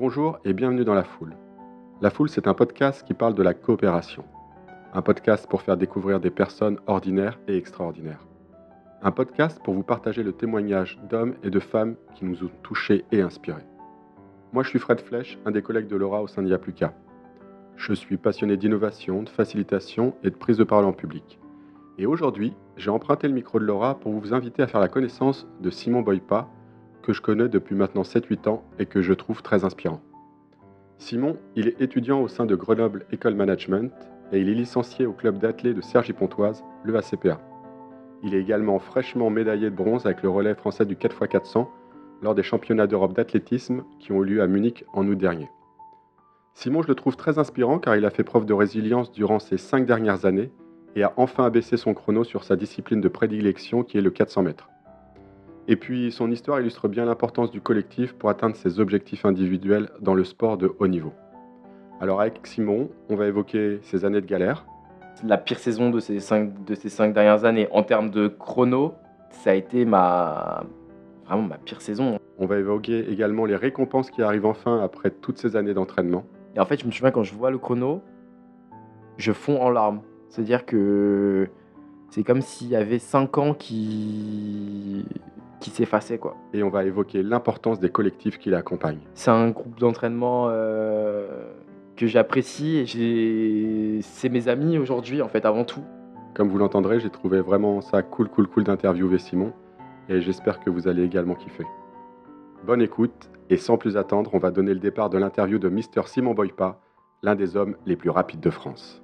Bonjour et bienvenue dans La Foule. La Foule, c'est un podcast qui parle de la coopération. Un podcast pour faire découvrir des personnes ordinaires et extraordinaires. Un podcast pour vous partager le témoignage d'hommes et de femmes qui nous ont touchés et inspirés. Moi, je suis Fred Flech, un des collègues de Laura au sein d'IAPLUCA. Je suis passionné d'innovation, de facilitation et de prise de parole en public. Et aujourd'hui, j'ai emprunté le micro de Laura pour vous inviter à faire la connaissance de Simon Boypa, que je connais depuis maintenant 7-8 ans et que je trouve très inspirant. Simon, il est étudiant au sein de Grenoble École Management et il est licencié au club d'athlé de Cergy-Pontoise, le ACPA. Il est également fraîchement médaillé de bronze avec le relais français du 4x400 lors des championnats d'Europe d'athlétisme qui ont eu lieu à Munich en août dernier. Simon, je le trouve très inspirant car il a fait preuve de résilience durant ces 5 dernières années et a enfin abaissé son chrono sur sa discipline de prédilection qui est le 400 mètres. Et puis, son histoire illustre bien l'importance du collectif pour atteindre ses objectifs individuels dans le sport de haut niveau. Alors avec Simon, on va évoquer ses années de galère. La pire saison de ces 5 dernières années. En termes de chrono, ça a été vraiment ma pire saison. On va évoquer également les récompenses qui arrivent enfin après toutes ces années d'entraînement. Et en fait, je me souviens quand je vois le chrono, je fonds en larmes. C'est-à-dire que c'est comme s'il y avait 5 ans qui s'effaçaient, quoi. Et on va évoquer l'importance des collectifs qui l'accompagnent. C'est un groupe d'entraînement que j'apprécie et c'est mes amis aujourd'hui, en fait, avant tout. Comme vous l'entendrez, j'ai trouvé vraiment ça cool d'interviewer Simon et j'espère que vous allez également kiffer. Bonne écoute et sans plus attendre, on va donner le départ de l'interview de Mr Simon Boypa, l'un des hommes les plus rapides de France.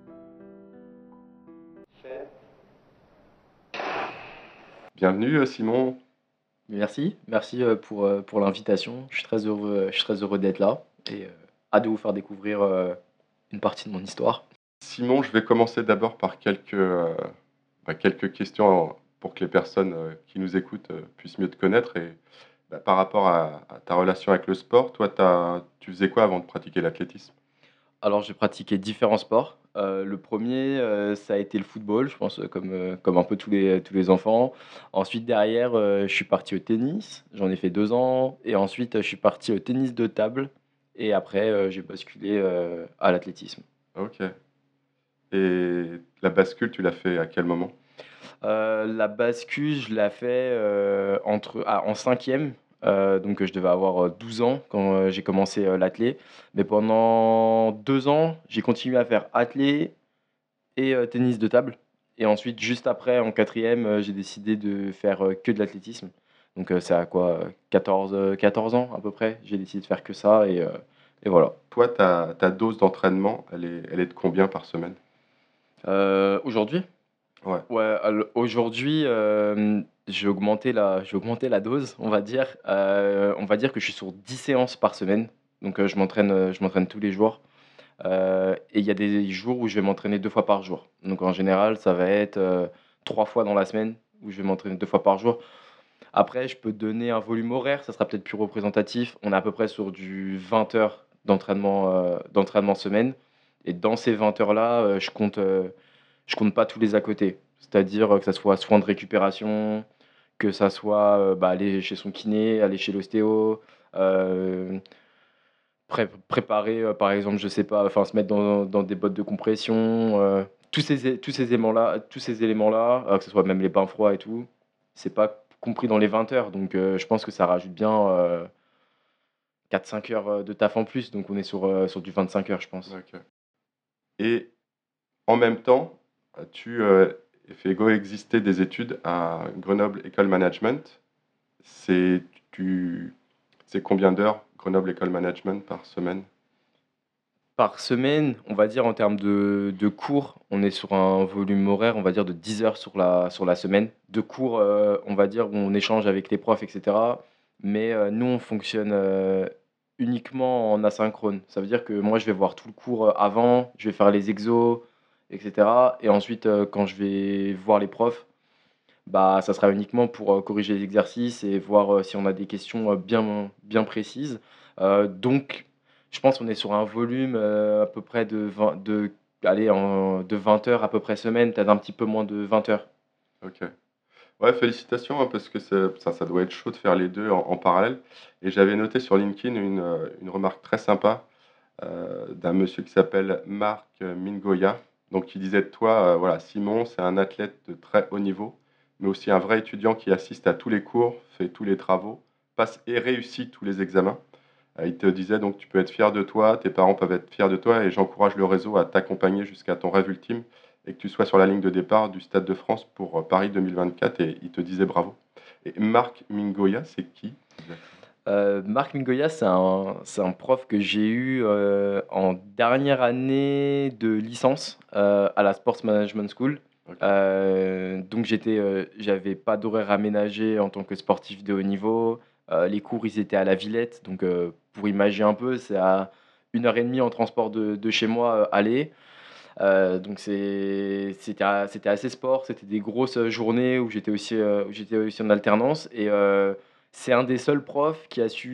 Bienvenue Simon. Merci pour l'invitation. Je suis très heureux d'être là et hâte de vous faire découvrir une partie de mon histoire. Simon, je vais commencer d'abord par quelques questions pour que les personnes qui nous écoutent puissent mieux te connaître. Et par rapport à ta relation avec le sport, toi, tu faisais quoi avant de pratiquer l'athlétisme ? Alors, j'ai pratiqué différents sports. Le premier, ça a été le football, je pense, comme un peu tous les enfants. Ensuite, derrière, je suis parti au tennis. J'en ai fait 2 ans. Et ensuite, je suis parti au tennis de table. Et après, j'ai basculé à l'athlétisme. Ok. Et la bascule, tu l'as fait à quel moment ? La bascule, je l'ai fait en 5e. Donc, je devais avoir 12 ans quand j'ai commencé l'athlé. Mais pendant 2 ans, j'ai continué à faire athlé et tennis de table. Et ensuite, juste après, en 4e, j'ai décidé de faire que de l'athlétisme. Donc, c'est à quoi 14 ans à peu près. J'ai décidé de faire que ça et voilà. Toi, ta dose d'entraînement, elle est de combien par semaine ? Aujourd'hui ? Ouais. Ouais, aujourd'hui, j'ai augmenté la dose, on va dire. On va dire que je suis sur 10 séances par semaine. Donc, je m'entraîne tous les jours. Et il y a des jours où je vais m'entraîner 2 fois par jour. Donc, en général, ça va être 3 fois dans la semaine où je vais m'entraîner 2 fois par jour. Après, je peux donner un volume horaire, ça sera peut-être plus représentatif. On est à peu près sur du 20 heures d'entraînement semaine. Et dans ces 20 heures-là, je compte pas tous les à côté. C'est-à-dire que ça soit soin de récupération, que ça soit aller chez son kiné, aller chez l'ostéo, préparer, par exemple, je sais pas, enfin se mettre dans des bottes de compression, tous ces éléments-là, que ce soit même les bains froids et tout, c'est pas compris dans les 20 heures. Donc je pense que ça rajoute bien 4-5 heures de taf en plus. Donc on est sur du 25 heures, je pense. Ok. Et en même temps, tu fais coexister des études à Grenoble École Management. C'est combien d'heures Grenoble École Management par semaine ? Par semaine, on va dire en termes de cours, on est sur un volume horaire, on va dire de 10 heures sur la semaine. De cours, on va dire, où on échange avec les profs, etc. Mais nous, on fonctionne uniquement en asynchrone. Ça veut dire que moi, je vais voir tout le cours avant, je vais faire les exos, etc. Et ensuite, quand je vais voir les profs, bah, ça sera uniquement pour corriger les exercices et voir si on a des questions bien précises. Donc, je pense qu'on est sur un volume à peu près de 20 heures à peu près semaine, peut-être un petit peu moins de 20 heures. Ok. Ouais, félicitations, hein, parce que ça doit être chaud de faire les 2 en parallèle et j'avais noté sur LinkedIn une remarque très sympa, d'un monsieur qui s'appelle Marc Mingoya. Donc il disait de toi, voilà: «Simon, c'est un athlète de très haut niveau, mais aussi un vrai étudiant qui assiste à tous les cours, fait tous les travaux, passe et réussit tous les examens». Il te disait donc: «Tu peux être fier de toi, tes parents peuvent être fiers de toi et j'encourage le réseau à t'accompagner jusqu'à ton rêve ultime et que tu sois sur la ligne de départ du Stade de France pour, Paris 2024» et il te disait bravo. Et Marc Mingoya, c'est qui exactement? Marc Mingoya, c'est un prof que j'ai eu, en dernière année de licence, à la Sports Management School. OK. Donc j'avais pas d'horaire aménagé en tant que sportif de haut niveau. Les cours, ils étaient à la Villette, donc pour imaginer un peu, c'est à 1 heure et demie en transport de chez moi, aller. Donc c'était assez sport, c'était des grosses, journées où j'étais aussi en alternance et c'est un des seuls profs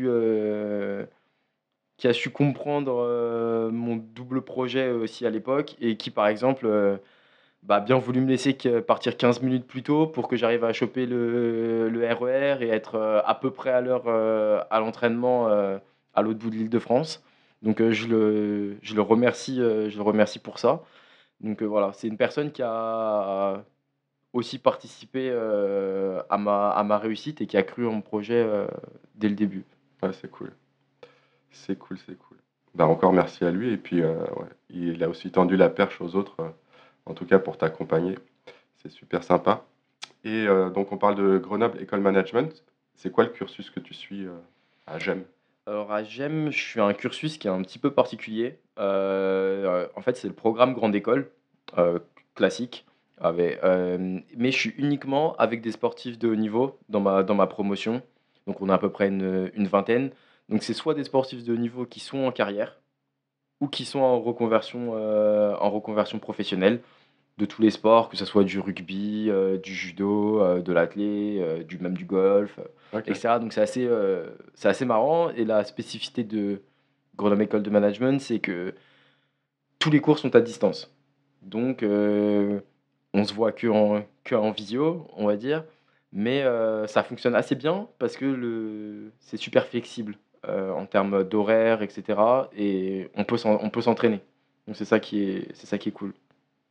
qui a su comprendre, mon double projet aussi à l'époque et qui, par exemple, a bien voulu me laisser partir 15 minutes plus tôt pour que j'arrive à choper le RER et être, à peu près à l'heure, à l'entraînement, à l'autre bout de l'Île-de-France. Donc je le remercie pour ça. Donc voilà, c'est une personne qui a aussi participé, à ma réussite et qui a cru en mon projet, dès le début. Ouais, c'est cool. C'est cool, c'est cool. Bah, encore merci à lui et puis, ouais, il a aussi tendu la perche aux autres, en tout cas pour t'accompagner. C'est super sympa et donc on parle de Grenoble École Management. C'est quoi le cursus que tu suis, à GEM? Alors à GEM, je suis un cursus qui est un petit peu particulier. En fait, c'est le programme grande école, heu, classique mais je suis uniquement avec des sportifs de haut niveau dans ma promotion. Donc on a à peu près une vingtaine. Donc c'est soit des sportifs de haut niveau qui sont en carrière ou qui sont en reconversion professionnelle. De tous les sports, que ce soit du rugby, du judo, de l'athlé, du golf, et OK. cetera. Donc c'est assez marrant et la spécificité de Grenoble École de Management, c'est que tous les cours sont à distance. Donc on se voit que en visio, on va dire, mais ça fonctionne assez bien parce que c'est super flexible, en termes d'horaire et cetera et on peut s'entraîner. Donc c'est ça qui est cool.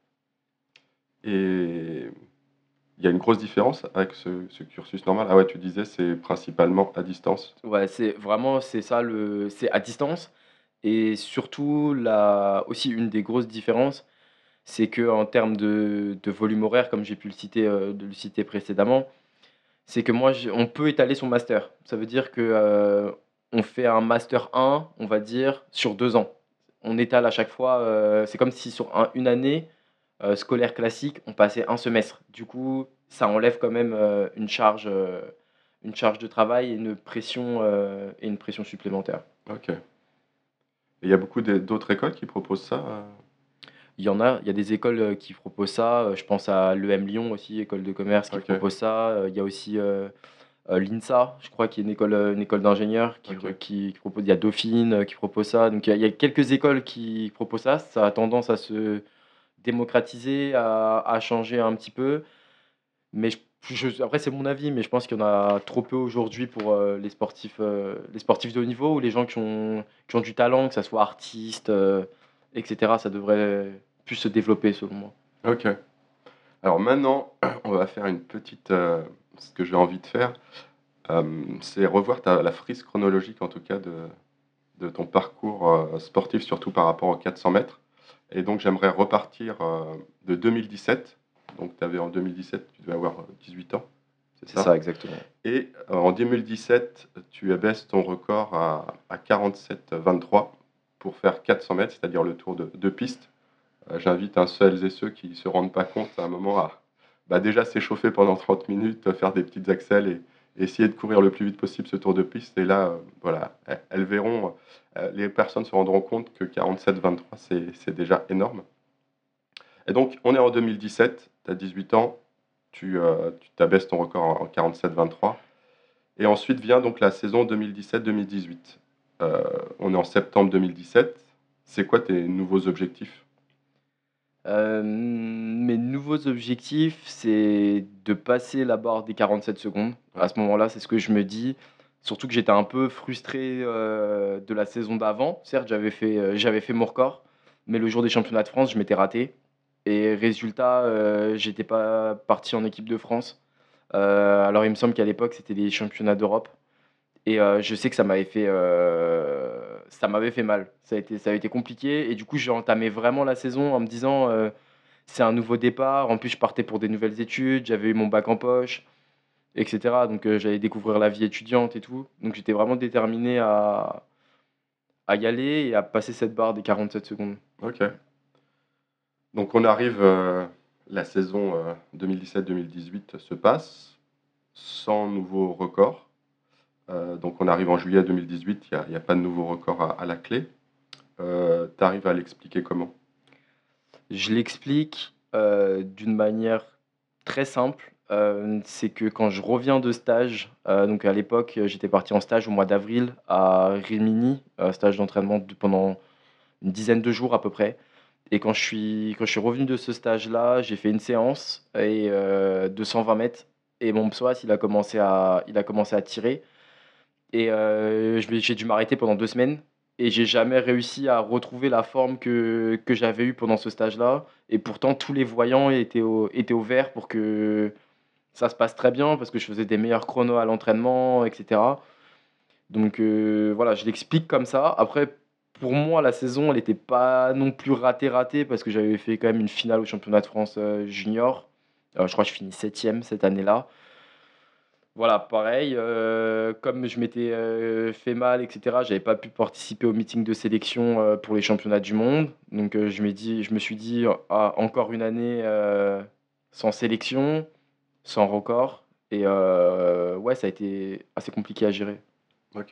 Et il y a une grosse différence avec ce cursus normal? Ah ouais, tu disais c'est principalement à distance? Ouais, c'est ça c'est à distance et surtout aussi une des grosses différences, c'est qu'en termes de volume horaire, comme j'ai pu de le citer précédemment, c'est que moi on peut étaler son master. Ça veut dire que, on fait un master 1, on va dire, sur 2 ans. On étale à chaque fois, c'est comme si sur une année, scolaire classique, on passait un semestre. Du coup, ça enlève quand même, une charge de travail et une pression supplémentaire. OK. Et il y a beaucoup d'autres écoles qui proposent ça, Il y a des écoles, qui proposent ça, je pense à l'EM Lyon aussi, école de commerce qui OK, propose ça, il y a aussi, l'INSA, je crois, qui est une école d'ingénieurs OK. qui propose, il y a Dauphine, qui propose ça, donc il y a quelques écoles qui proposent ça. Ça a tendance à se démocratiser, à changer un petit peu, mais après c'est mon avis, mais je pense qu'il y en a trop peu aujourd'hui pour, les sportifs de haut niveau ou les gens qui ont du talent, que ça soit artistes, et cetera. Ça devrait plus se développer selon moi. OK. Alors maintenant, on va faire une petite, ce que j'ai envie de faire, c'est revoir la frise chronologique en tout cas de ton parcours, sportif, surtout par rapport aux 400 mètres. Et donc j'aimerais repartir, de 2017. Donc tu avais en 2017, tu devais avoir, 18 ans, c'est C'est ça, ça? exactement. Et en 2017, tu abaisses ton record à 47,23 pour faire 400 mètres, c'est-à-dire le tour de piste. J'invite, hein, celles et ceux qui ne se rendent pas compte à un moment à, bah, déjà s'échauffer pendant 30 minutes, faire des petites accels et essayer de courir le plus vite possible ce tour de piste et là, voilà, elles verront, les personnes se rendront compte que 47,23 c'est déjà énorme et donc on est en 2017, tu as 18 ans, tu t'abaisses ton record en 47,23 et ensuite vient donc la saison 2017-2018. On est en septembre 2017. C'est quoi tes nouveaux objectifs? Mes nouveaux objectifs, c'est de passer la barre des 47 secondes. Ouais. À ce moment-là, c'est ce que je me dis. Surtout que j'étais un peu frustré, de la saison d'avant. Certes, j'avais fait mon record, mais le jour des championnats de France, je m'étais raté et résultat, j'étais pas parti en équipe de France. Alors il me semble qu'à l'époque, c'était les championnats d'Europe et je sais que ça m'avait fait mal. Ça a été compliqué et du coup, j'ai entamé vraiment la saison en me disant, c'est un nouveau départ. En plus, je partais pour des nouvelles études, j'avais eu mon bac en poche, etc. Donc, j'allais découvrir la vie étudiante et tout. Donc, j'étais vraiment déterminé à y aller et à passer cette barre des 47 secondes. Ok. Donc on arrive, la saison 2017-2018 se passe sans nouveau record. Donc on arrive en juillet 2018, il y a pas de nouveau record à la clé. Tu arrives à l'expliquer comment? Je l'explique d'une manière très simple. C'est que quand je reviens de stage, donc à l'époque, j'étais parti en stage au mois d'avril à Rimini, stage d'entraînement pendant une dizaine de jours à peu près. Et quand je suis revenu de ce stage-là, j'ai fait une séance de 120 mètres. Et mon psoas, il a commencé à tirer. Et j'ai dû m'arrêter pendant 2 semaines. Et j'ai jamais réussi à retrouver la forme que j'avais eue pendant ce stage-là. Et pourtant, tous les voyants étaient au vert pour que ça se passe très bien, parce que je faisais des meilleurs chronos à l'entraînement, etc. Donc voilà, je l'explique comme ça. Après, pour moi, la saison, elle n'était pas non plus ratée, parce que j'avais fait quand même une finale au championnat de France junior. Je crois que je finis septième cette année-là. Voilà, pareil, comme je m'étais fait mal, etc., j'avais pas pu participer au meeting de sélection pour les championnats du monde. Donc je me suis dit, ah, encore une année sans sélection, sans record. Et ouais, ça a été assez compliqué à gérer. Ok.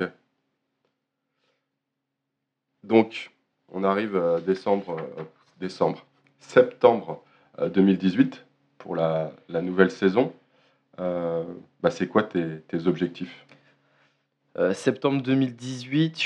Donc on arrive septembre 2018 pour la nouvelle saison. Bah, c'est quoi tes objectifs? Septembre 2018,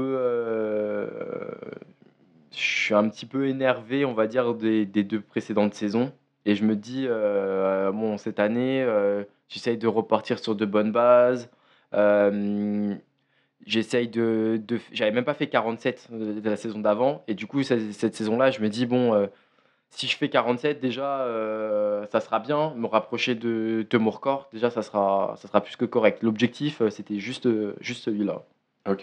je suis un petit peu énervé, on va dire, des 2 précédentes saisons et je me dis, bon, cette année, j'essaye de repartir sur de bonnes bases. Hem, J'essaye j'avais même pas fait 47 de la saison d'avant et du coup, cette saison-là, je me dis: «Bon, si je fais 47 déjà, ça sera bien, me rapprocher de mon record, déjà ça sera plus que correct». L'objectif, c'était juste celui-là. Ok.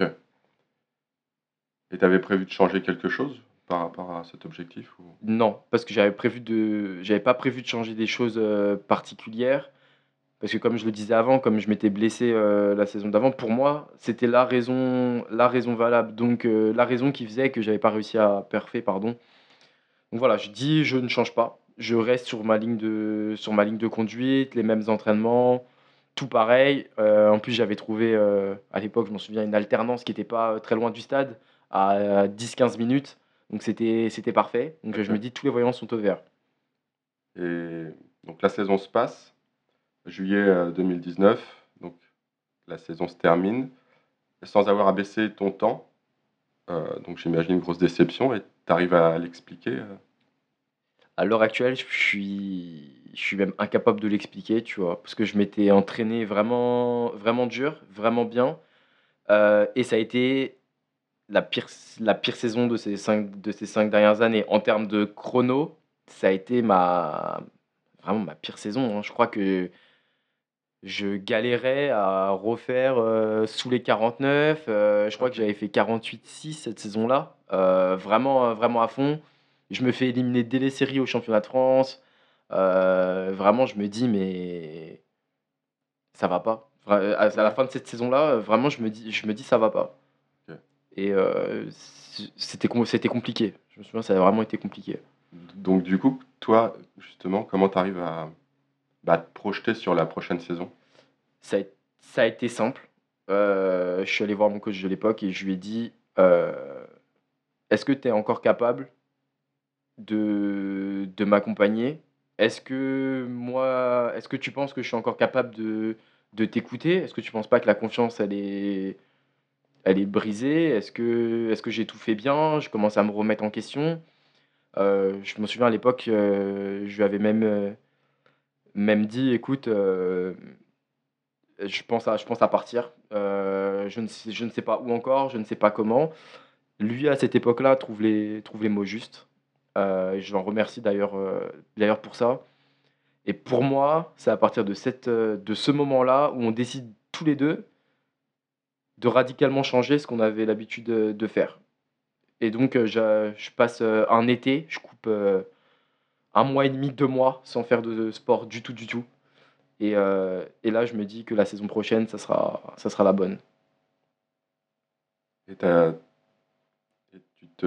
Et tu avais prévu de changer quelque chose par rapport à cet objectif ou... Non, parce que j'avais pas prévu de changer des choses, particulières, parce que comme je le disais avant, comme je m'étais blessé, la saison d'avant, pour moi, c'était la raison valable, donc la raison qui faisait que j'avais pas réussi à perfer, pardon. Donc voilà, je dis: «Je ne change pas». Je reste sur ma ligne de conduite, les mêmes entraînements, tout pareil. En plus, j'avais trouvé, à l'époque, je m'en souviens, une alternance qui était pas, très loin du stade, à 10-15 minutes. Donc c'était parfait. Donc je me Ok. dis: «Tous les voyants sont au vert». Et donc la saison se passe, juillet 2019, donc la saison se termine, sans avoir abaissé ton temps. Donc j'imagine une grosse déception et tu arrives à l'expliquer. À l'heure actuelle, je suis même incapable de l'expliquer, tu vois? Parce que je m'étais entraîné vraiment vraiment dur, vraiment bien, et ça a été la pire saison de ces 5 dernières années. En termes de chrono, ça a été vraiment ma pire saison, hein. Je crois que je galérais à refaire, sous les 49, je crois que Ok. j'avais fait 48,6 cette saison-là, vraiment, vraiment à fond. Je me fais éliminer dès les séries au championnat de France, vraiment je me dis: «Mais ça va pas». À la Ouais. fin de cette saison-là, vraiment je me dis: «Ça va pas». Ok. Et c'était compliqué. Je me souviens, ça a vraiment été compliqué. Donc du coup, toi, justement, comment tu arrives à bah, te projeter sur la prochaine saison? Ça a ça a été simple. Je suis allé voir mon coach de l'époque et je lui ai dit, heu: «Est-ce que tu es encore capable de m'accompagner? Est-ce que tu penses que je suis encore capable de t'écouter? Est-ce que tu penses pas que la confiance elle est brisée? Est-ce que j'ai tout fait bien?» Je commence à me remettre en question. Je me souviens à l'époque, je lui avais même dit: «Écoute, je pense à partir. Je ne sais pas où encore, je ne sais pas comment». Lui, à cette époque-là, trouve les mots justes. Je l'en remercie d'ailleurs pour ça. Et pour moi, c'est à partir de ce moment-là où on décide tous les 2 de radicalement changer ce qu'on avait l'habitude, de faire. Et donc, je passe, un été, je coupe, 1 mois et demi, 2 mois sans faire de sport du tout, du tout. Et là, je me dis que la saison prochaine, ça sera la bonne. Et, et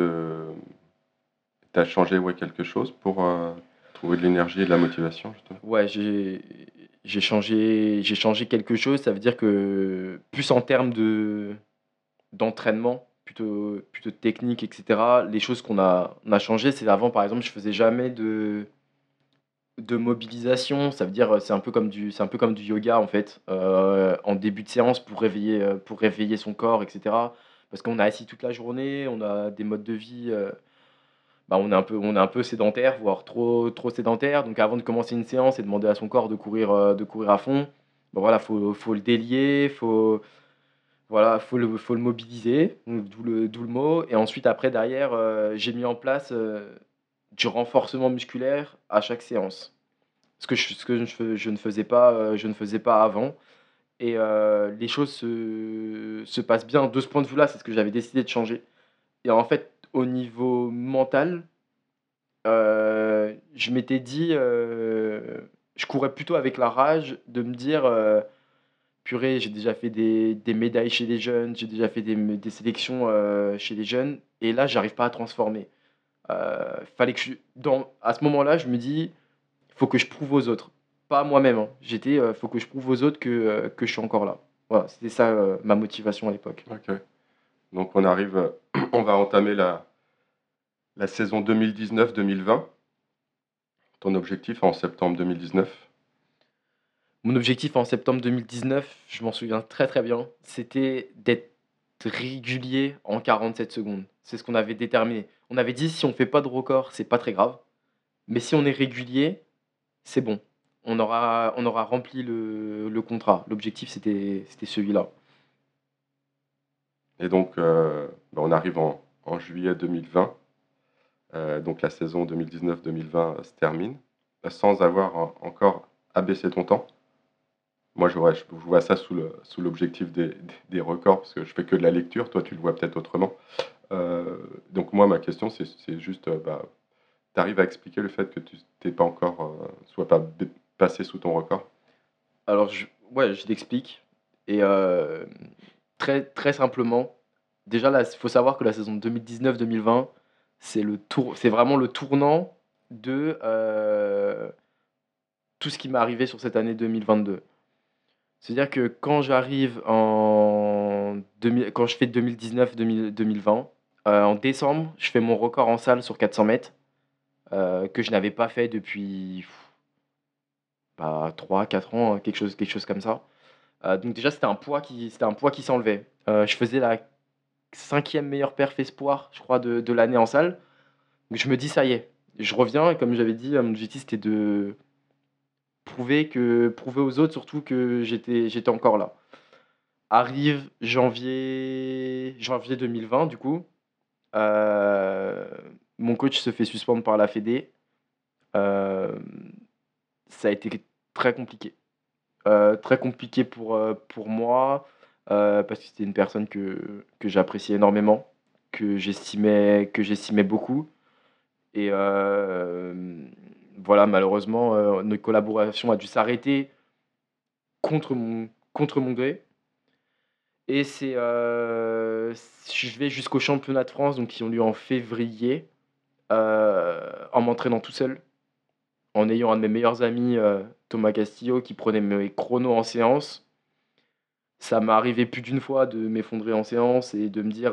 t'as changé ouais, quelque chose pour trouver de l'énergie et de la motivation, justement? Ouais, j'ai changé quelque chose, ça veut dire que plus en termes d'entraînement, plutôt technique et cetera, les choses qu'on a changé, c'est avant, par exemple, je faisais jamais de mobilisation. Ça veut dire, c'est un peu comme du yoga, en fait, en début de séance pour réveiller son corps et cetera. Parce qu'on est assis toute la journée, on a des modes de vie, on est un peu sédentaire, voire trop sédentaire. Donc avant de commencer une séance et demander à son corps de courir à fond, voilà, faut le délier, voilà, faut le mobiliser, donc d'où le mot. Et ensuite après derrière, j'ai mis en place, du renforcement musculaire à chaque séance. Ce que je ne faisais pas avant. Et les choses se passent bien de ce point de vue-là, c'est ce que j'avais décidé de changer. Et en fait, au niveau mental, je m'étais dit, je courais plutôt avec la rage de me dire, «Purée, j'ai déjà fait des médailles chez les jeunes, j'ai déjà fait des sélections, chez les jeunes et là, j'arrive pas à transformer». Fallait que à ce moment-là, je me dis: «Faut que je prouve aux autres», pas à moi-même, hein. «Faut que je prouve aux autres que je suis encore là». Voilà, c'était ça, ma motivation à l'époque. Ok. Donc on arrive, on va entamer la saison 2019-2020. Ton objectif en septembre 2019? Mon objectif en septembre 2019, je m'en souviens très, très bien, c'était d'être régulier en 47 secondes. C'est ce qu'on avait déterminé. On avait dit: «Si on fait pas de record, c'est pas très grave, mais si on est régulier, c'est bon». On aura rempli le contrat. L'objectif, c'était celui-là. Et donc, on arrive en juillet 2020. Donc la saison 2019-2020 se termine, sans avoir encore abaissé ton temps. Moi, je vois ça sous l'objectif des records, parce que je fais que de la lecture. Toi, tu le vois peut-être autrement. Donc moi, ma question, c'est juste, tu arrives à expliquer le fait que tu t'es pas encore, sois pas passé sous ton record? Alors ouais, je t'explique et très, très simplement, déjà là, il faut savoir que la saison 2019-2020, c'est vraiment le tournant de, tout ce qui m'est arrivé sur cette année 2022. C'est-à-dire que quand je fais 2019-2020, en décembre, je fais mon record en salle sur 400 mètres, que je n'avais pas fait depuis 3-4 ans, quelque chose comme ça. Donc déjà, c'était un poids qui s'enlevait. Je faisais la cinquième meilleure perf espoir, je crois, de l'année en salle. Donc je me dis: «Ça y est, je reviens» et comme j'avais dit, mon objectif, c'était de prouver aux autres surtout que j'étais encore là. Arrive janvier 2020 du coup, heu, mon coach se fait suspendre par la fédé. Hem, Ça a été très compliqué pour moi, parce que c'était une personne que j'appréciais énormément, que j'estimais beaucoup et voilà, malheureusement, notre collaboration a dû s'arrêter contre mon gré. Et je vais jusqu'aux championnats de France, donc qui ont lieu en février, en m'entraînant tout seul, en ayant un de mes meilleurs amis, Thomas Castillo, qui prenait mes chronos en séance. Ça m'est arrivé plus d'une fois de m'effondrer en séance et de me dire,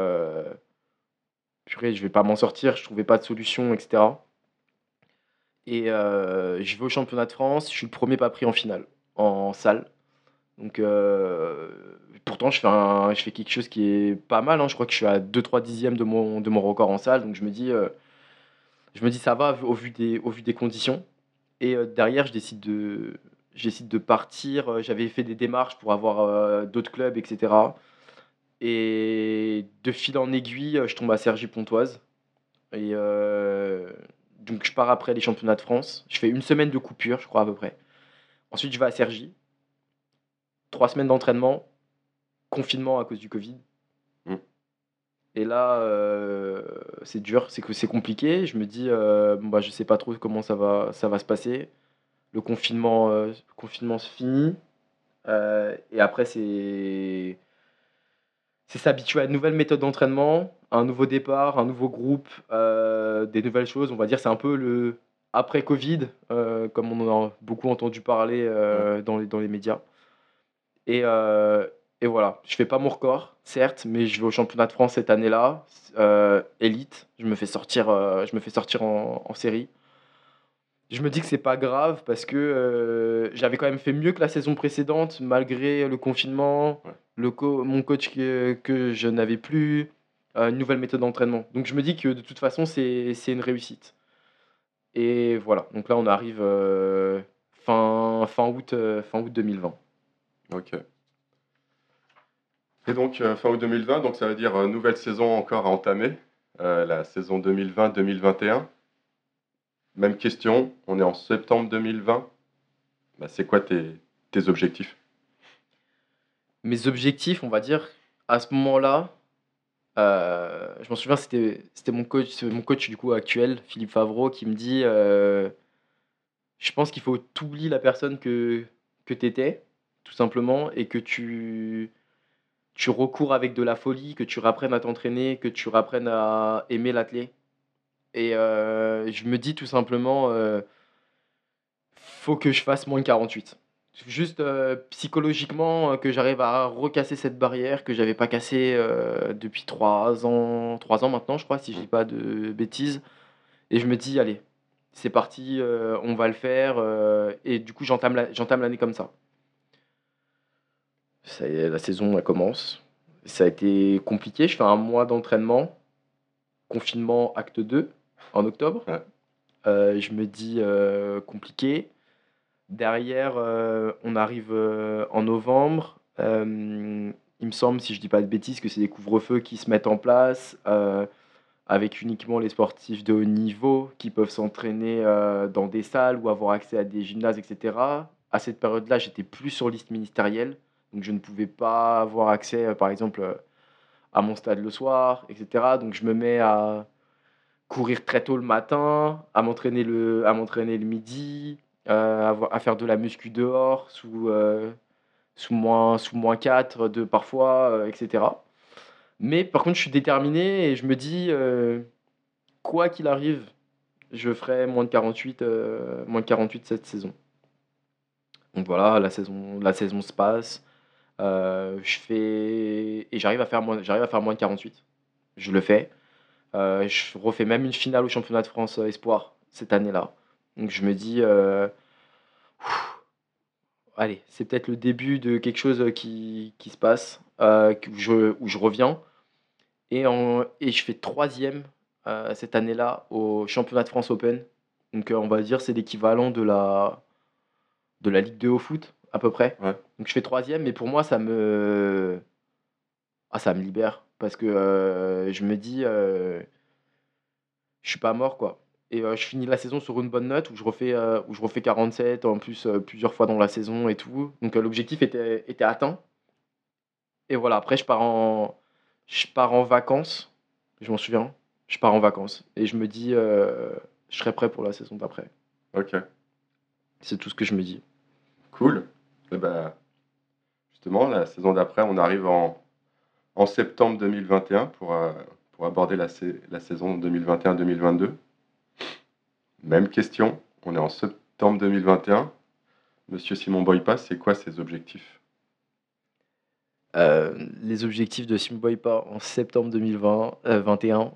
«Purée, je vais pas m'en sortir», je trouvais pas de solution et cetera. Et je vais au championnat de France, je suis le premier pas pris en finale, en salle. Donc pourtant je fais quelque chose qui est pas mal, hein. Je crois que je suis à 2-3 dixièmes de mon record en salle, donc je me dis, Je me dis: «Ça va au vu des conditions» et derrière je décide de partir, j'avais fait des démarches pour avoir, d'autres clubs et cetera et de fil en aiguille, je tombe à Cergy-Pontoise et donc je pars après les championnats de France. Je fais une semaine de coupure, je crois, à peu près. Ensuite, je vais à Cergy, 3 semaines d'entraînement, confinement à cause du covid. Mmh. Et là, c'est dur, c'est que c'est compliqué. Je me dis, bon, bah, je sais pas trop comment ça va se passer. Le confinement se finit, et après c'est s'habituer à une nouvelle méthode d'entraînement, un nouveau départ, un nouveau groupe, des nouvelles choses. On va dire, c'est un peu le après covid, comme on en a beaucoup entendu parler, Ouais. dans les médias. Et heu et voilà, je fais pas mon record, certes, mais je vais au championnat de France cette année-là, élite. Je me fais sortir en série. Je me dis que c'est pas grave parce que, j'avais quand même fait mieux que la saison précédente malgré le confinement, Ouais. mon coach que je n'avais plus, une nouvelle méthode d'entraînement. Donc je me dis que de toute façon c'est une réussite et voilà, donc là on arrive, fin août 2020. OK. Et donc, fin août 2020, donc ça veut dire, nouvelle saison encore à entamer, la saison 2020-2021. Même question, on est en septembre 2020. Bah, c'est quoi tes objectifs? Mes objectifs, on va dire, à ce moment-là, je m'en souviens, c'était mon coach du coup actuel, Philippe Favreau, qui me dit, «Je pense qu'il faut tu oublies la personne que tu étais, tout simplement et que tu recours avec de la folie, que tu réapprennes à t'entraîner, que tu réapprennes à aimer l'athlé» et je me dis tout simplement, «Faut que je fasse moins de 48». Juste, psychologiquement, que j'arrive à recasser cette barrière que j'avais pas cassée, depuis 3 ans maintenant, je crois, si je Mmh. dis pas de bêtises et je me dis: «Allez, c'est parti, on va le faire», et du coup, j'entame l'année comme ça. Ça y est, la saison, elle commence. Ça a été compliqué, je fais un mois d'entraînement, confinement acte 2 en octobre. Ouais. Je me dis, compliqué. Derrière, on arrive, en novembre. Il me semble, si je dis pas de bêtises, que c'est des couvre-feux qui se mettent en place, avec uniquement les sportifs de haut niveau qui peuvent s'entraîner, dans des salles ou avoir accès à des gymnases et cetera. À cette période-là, j'étais plus sur liste ministérielle, donc je ne pouvais pas avoir accès, par exemple, à mon stade le soir et cetera. Donc je me mets à courir très tôt le matin, à m'entraîner le midi, à faire de la muscu dehors sous -4 de parfois, et cetera. Mais par contre, je suis déterminé et je me dis, «Quoi qu'il arrive, je ferai moins de 48 cette saison». Donc voilà, la saison se passe, je fais et j'arrive à faire moins de 48. Je le fais. Je refais même une finale au championnat de France, espoir cette année-là. Donc je me dis, «Allez, c'est peut-être le début de quelque chose, qui se passe, où je reviens» et je fais troisième cette année-là au championnat de France open. Donc on va dire c'est l'équivalent de la Ligue 2 au foot à peu près. Ouais. Donc je fais troisième, mais pour moi ça me libère parce que, je me dis, «Je suis pas mort quoi» et je finis la saison sur une bonne note où je refais 47 en plus, plusieurs fois dans la saison et tout. Donc l'objectif était atteint et voilà après je pars en vacances, je m'en souviens. Je pars en vacances et je me dis, «Je serai prêt pour la saison d'après». OK, C'est tout ce que je me dis. cool. Et bah, justement, la saison d'après, on arrive en septembre 2021 pour aborder la saison 2021-2022. Même question, on est en septembre 2021. Monsieur Simon Boypa, c'est quoi ses objectifs? Les objectifs de Sim Boypa en septembre 2020, 21,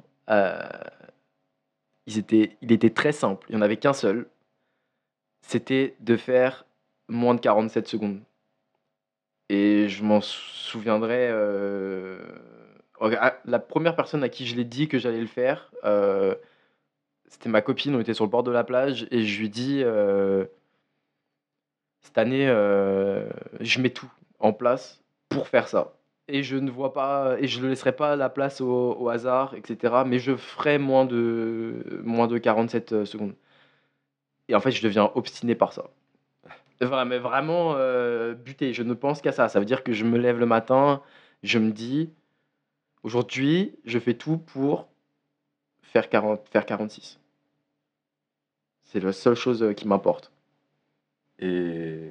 il était très simple. Il y en avait qu'un seul, c'était de faire moins de 47 secondes et je m'en souviendrai, la première personne à qui je l'ai dit que j'allais le faire, C'était ma copine, on était sur le bord de la plage et je lui dis, «Cette année, je mets tout en place pour faire ça et je ne vois pas et je ne laisserai pas la place au hasard et cetera, mais je ferai moins de 47, secondes» et en fait, je deviens obstiné par ça. Mais vraiment, buté, je ne pense qu'à ça. Ça veut dire que je me lève le matin, je me dis: «Aujourd'hui, je fais tout pour faire 46». C'est la seule chose, qui m'importe. Et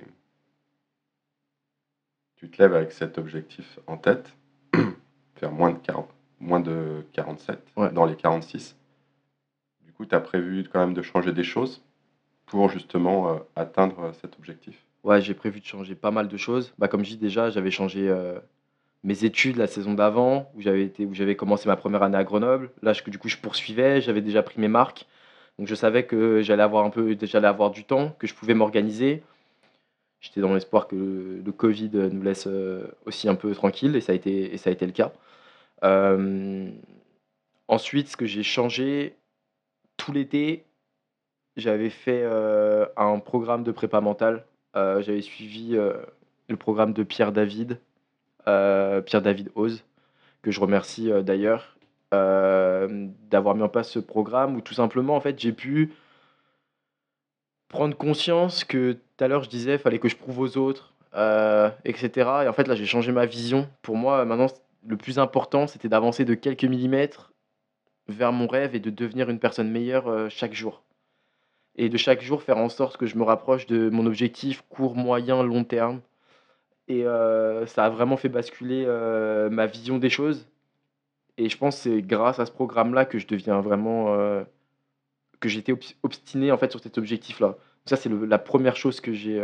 tu te lèves avec cet objectif en tête, faire moins de 47 Ouais. dans les 46. Du coup, tu as prévu quand même de changer des choses pour justement atteindre cet objectif. Ouais, j'ai prévu de changer pas mal de choses. Bah, comme je dis déjà, j'avais changé, mes études la saison d'avant, où j'avais commencé ma première année à Grenoble. Là, du coup, je poursuivais, j'avais déjà pris mes marques. Donc je savais que j'allais avoir du temps, que je pouvais m'organiser. J'étais dans l'espoir que le Covid, nous laisse, aussi un peu tranquille et ça a été le cas. Hem, Ensuite, ce que j'ai changé, tout l'été, j'avais fait, un programme de prépa mentale. J'avais suivi, le programme de Pierre David Oz, que je remercie, d'ailleurs, d'avoir mis en place ce programme où tout simplement, en fait, j'ai pu prendre conscience que tout à l'heure je disais, fallait que je prouve aux autres, et cetera et en fait, là, j'ai changé ma vision. Pour moi, maintenant, le plus important, c'était d'avancer de quelques millimètres vers mon rêve et de devenir une personne meilleure, chaque jour et de chaque jour faire en sorte que je me rapproche de mon objectif court, moyen, long terme et ça a vraiment fait basculer, ma vision des choses et je pense que c'est grâce à ce programme-là que je deviens vraiment, que j'étais obstiné, en fait, sur cet objectif-là. Ça, c'est la première chose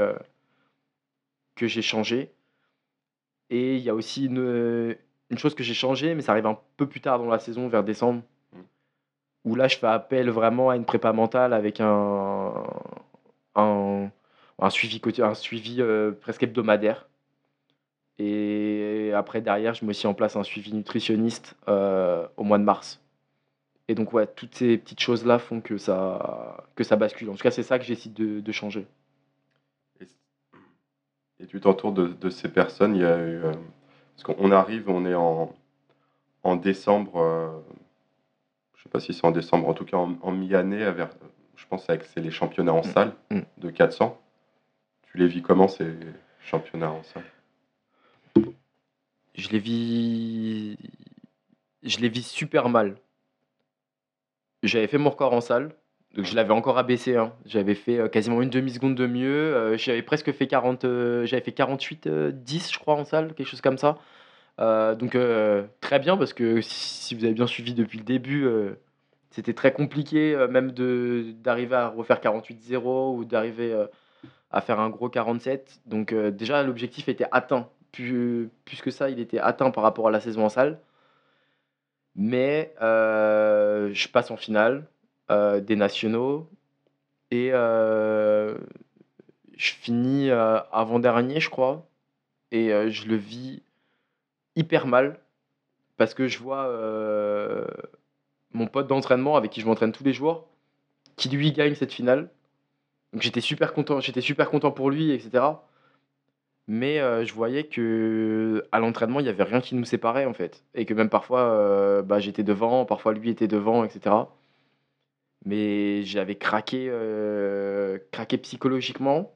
que j'ai changée et il y a aussi une chose que j'ai changée, mais ça arrive un peu plus tard dans la saison, vers décembre, Mm. où là, je fais appel vraiment à une prépa mentale avec un un suivi, presque hebdomadaire et après derrière, je mets aussi en place un suivi nutritionniste, au mois de mars et donc ouais, toutes ces petites choses-là font que ça bascule. En tout cas, c'est ça que j'essaie de changer. Et, et tu t'entoures de ces personnes. Il y a eu, parce qu'on arrive, on est en décembre. Je sais pas si c'est en décembre, en tout cas en mi-année, je pense que c'est les championnats en Mmh. salle Mmh. de 400. Tu les vis comment ces championnats en salle? Je les vis je les vis super mal. J'avais fait mon record en salle, donc je l'avais encore abaissé, hein. J'avais fait, quasiment une demi seconde de mieux, j'avais presque fait 40, j'avais fait 48, 10 je crois en salle, quelque chose comme ça. Donc très bien parce que si vous avez bien suivi depuis le début, c'était très compliqué, même d'arriver à refaire 48,0 ou d'arriver, à faire un gros 47. Donc déjà l'objectif était atteint. Plus que ça, il était atteint par rapport à la saison en salle. Mais je passe en finale, des nationaux et je finis, avant-dernier, je crois et je le vis hyper mal parce que je vois, mon pote d'entraînement avec qui je m'entraîne tous les jours, qui lui gagne cette finale. Donc j'étais super content pour lui et cetera. Mais je voyais qu'à l'entraînement, il y avait rien qui nous séparait, en fait et que même parfois, bah, j'étais devant, parfois lui était devant et cetera. Mais j'avais craqué psychologiquement.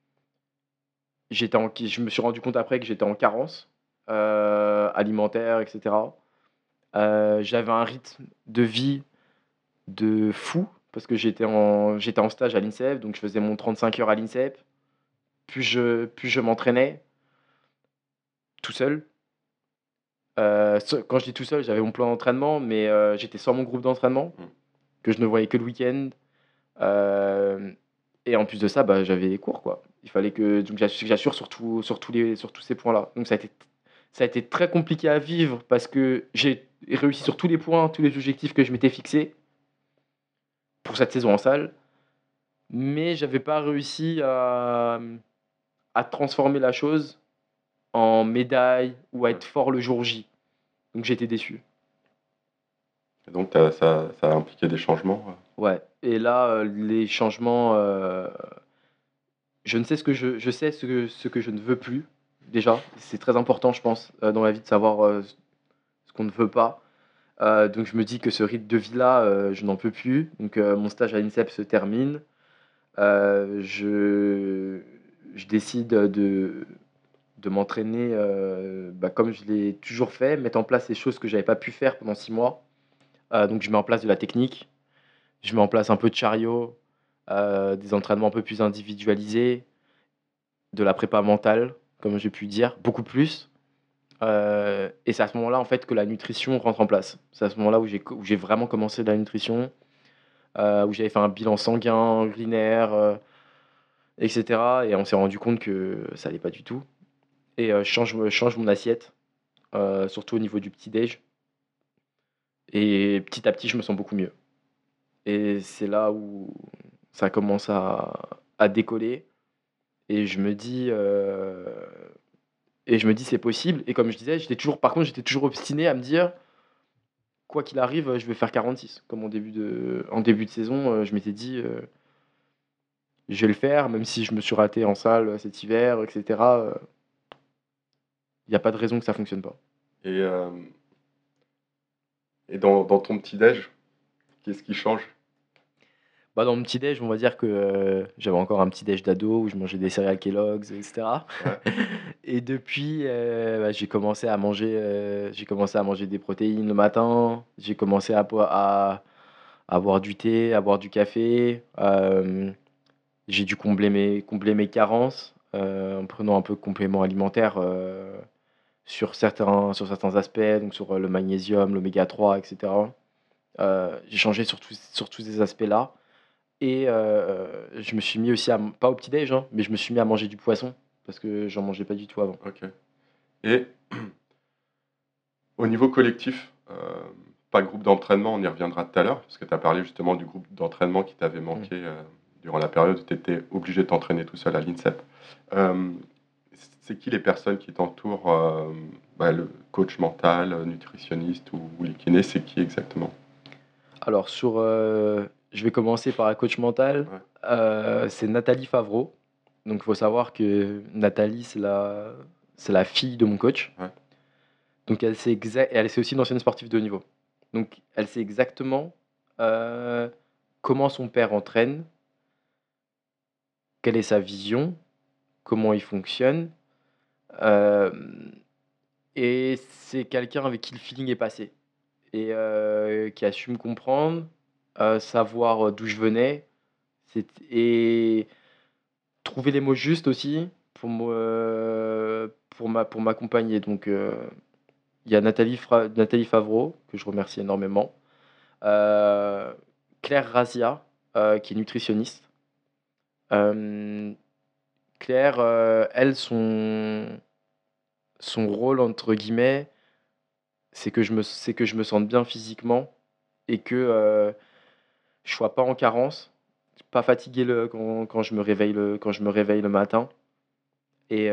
Je me suis rendu compte après que j'étais en carence, alimentaire et cetera. J'avais un rythme de vie de fou parce que j'étais en stage à l'INSEP, donc je faisais mon 35 heures à l'INSEP. Plus je m'entraînais tout seul. Quand je dis tout seul, j'avais mon plan d'entraînement, mais j'étais sans mon groupe d'entraînement, Mm. que je ne voyais que le week-end. Hem Et en plus de ça, bah, j'avais les cours, quoi. Il fallait que donc j'assure sur tous ces points-là. Donc ça a été très compliqué à vivre parce que j'ai réussi sur tous les points, tous les objectifs que je m'étais fixés pour cette saison en salle, mais j'avais pas réussi à transformer la chose en médaille ou à Ouais. être fort le jour J. Donc j'étais déçu. Et donc ça a impliqué des changements. Ouais et là, les changements, je sais ce que je ne veux plus, déjà. C'est très important, je pense, dans la vie de savoir, ce qu'on ne veut pas. Donc je me dis que ce rythme de vie-là, je n'en peux plus. Donc mon stage à l'INSEP se termine. Je décide de m'entraîner, comme je l'ai toujours fait, mettre en place les choses que j'avais pas pu faire pendant 6 mois. Donc je mets en place de la technique, je mets en place un peu de chariot, des entraînements un peu plus individualisés, de la prépa mentale, comme j'ai pu dire, beaucoup plus. Et c'est à ce moment-là, en fait, que la nutrition rentre en place. C'est à ce moment-là où j'ai vraiment commencé la nutrition, où j'avais fait un bilan sanguin, urinaire, et cetera et on s'est rendu compte que ça allait pas du tout et je change mon assiette, surtout au niveau du petit déj et petit à petit, je me sens beaucoup mieux et c'est là où ça commence à décoller et je me dis: «C'est possible» et comme je disais, j'étais toujours obstiné à me dire: «Quoi qu'il arrive, je vais faire 46». Comme en début de saison, je m'étais dit, «Je vais le faire», même si je me suis raté en salle, cet hiver et cetera, il y a pas de raison que ça fonctionne pas. Et, dans ton petit-déj, qu'est-ce qui change? Bah, dans mon petit déj, on va dire que, j'avais encore un petit déj d'ado où je mangeais des céréales Kellogg's et cetera Ouais, et depuis, j'ai commencé à manger des protéines le matin, j'ai commencé à boire du thé, à boire du café, j'ai dû combler mes carences, en prenant un peu de compléments alimentaires, sur certains aspects, donc sur, le magnésium, l'oméga 3 et cetera. J'ai changé sur tous ces aspects-là et je me suis mis aussi pas au petit déj, hein, mais je me suis mis à manger du poisson parce que j'en mangeais pas du tout avant. OK. Et au niveau collectif, pas groupe d'entraînement, on y reviendra tout à l'heure, parce que tu as parlé justement du groupe d'entraînement qui t'avait Mmh. manqué, durant la période où tu étais obligé de t'entraîner tout seul à l'INSEP. Hem, c'est qui les personnes qui t'entourent, le coach mental, nutritionniste ou les kinés, c'est qui exactement? Alors je vais commencer par la coach mentale, Ouais, c'est Nathalie Favreau. Donc il faut savoir que Nathalie, c'est la fille de mon coach. ouais, Donc elle c'est aussi une ancienne sportive de haut niveau. Donc elle sait exactement, heu, comment son père entraîne, quelle est sa vision, comment il fonctionne, hem et c'est quelqu'un avec qui le feeling est passé et qui a su me comprendre, savoir, d'où je venais, et trouver les mots justes aussi pour m'accompagner. Donc il y a Nathalie Favreau, que je remercie énormément, heu, Claire Razia, qui est nutritionniste. Hem, Claire, elle, son «rôle» entre guillemets, c'est que je me sente bien physiquement et que, je sois pas en carence, pas fatigué quand je me réveille le matin et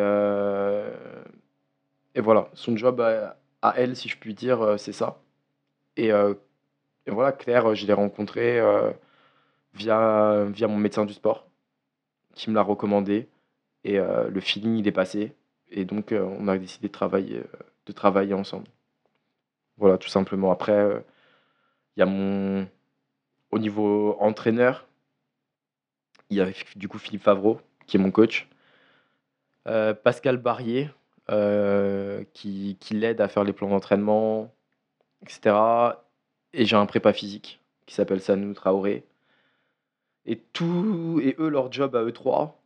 voilà, son job à elle, si je puis dire, c'est ça et voilà, Claire, je l'ai rencontrée, via mon médecin du sport qui me l'a recommandé et le feeling, il est passé et donc on a décidé de travailler ensemble. Voilà, tout simplement. Après, il y a mon au niveau entraîneur, il y a du coup Philippe Favreau qui est mon coach, Pascal Barrier, qui l'aide à faire les plans d'entraînement et cetera et j'ai un prépa physique qui s'appelle Sanou Traoré et eux, leur job à eux 3,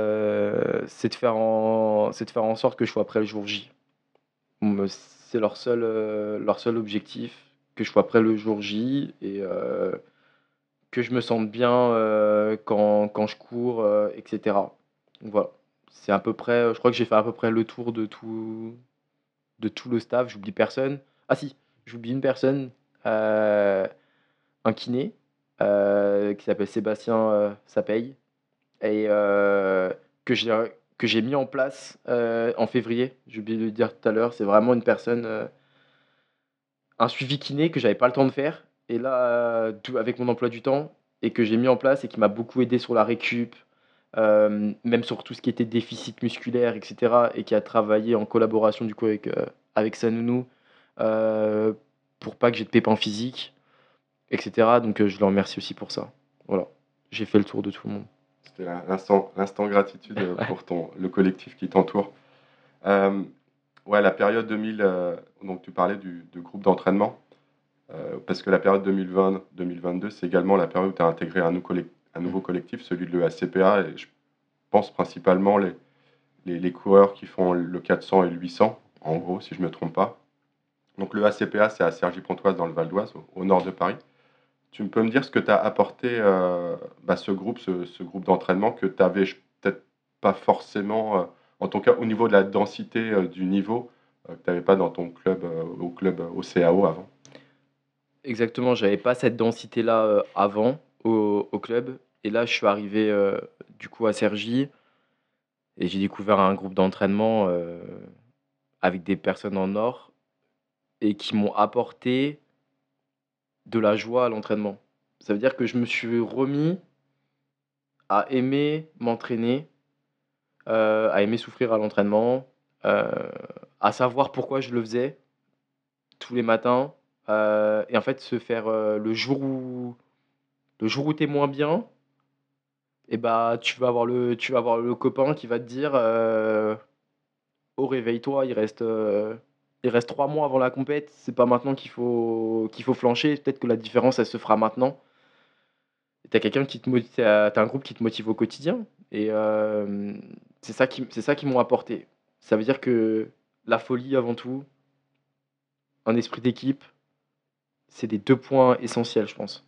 c'est de faire en sorte que je sois prêt le jour J. C'est leur seul objectif, que je sois prêt le jour J et que je me sente bien, quand je cours, et cetera. Donc voilà, c'est à peu près, je crois que j'ai fait à peu près le tour de tout le staff, j'oublie personne. Ah si, j'oublie une personne, heu, un kiné, qui s'appelle Sébastien, Sapeille et que j'ai mis en place, en février. J'ai oublié de le dire tout à l'heure, c'est vraiment une personne, un suivi kiné que j'avais pas le temps de faire et là, tout avec mon emploi du temps, et que j'ai mis en place et qui m'a beaucoup aidé sur la récup, même sur tout ce qui était déficit musculaire, et cetera, et qui a travaillé en collaboration du coup avec sa nounou, heu, pour pas que j'ai de pépins physiques, et cetera. Donc je le remercie aussi pour ça. Voilà, j'ai fait le tour de tout le monde. C'était l'instant gratitude Ouais. pour le collectif qui t'entoure. Euh, ouais, la période 2000, donc tu parlais du groupe d'entraînement, parce que la période 2020-2022, c'est également la période où tu as intégré un Mmh. nouveau collectif, celui de l'EACPA, et je pense principalement les coureurs qui font le 400 et le 800, en gros, si je ne me trompe pas. Donc le ACPA, c'est à Cergy-Pontoise dans le Val d'Oise, au nord de Paris. Tu peux me dire ce que tu as apporté, ce groupe d'entraînement que tu avais peut-être pas forcément, en tout cas au niveau de la densité du niveau, que tu n'avais pas dans ton club, au club au CAO avant. Exactement, j'avais pas cette densité-là, avant au club, et là je suis arrivé, du coup à Cergy, et j'ai découvert un groupe d'entraînement, avec des personnes en or et qui m'ont apporté de la joie à l'entraînement. Ça veut dire que je me suis remis à aimer m'entraîner, à aimer souffrir à l'entraînement, heu, à savoir pourquoi je le faisais tous les matins, et en fait se faire, le jour où tu es moins bien, et bah, tu vas avoir le copain qui va te dire, «Oh réveille-toi, il reste 3 mois avant la compète, c'est pas maintenant qu'il faut flancher, peut-être que la différence elle se fera maintenant». Tu quelqu'un qui te motive, tu un groupe qui te motive au quotidien, et c'est ça qu'ils m'ont apporté. Ça veut dire que la folie avant tout, un esprit d'équipe, c'est des 2 points essentiels, je pense.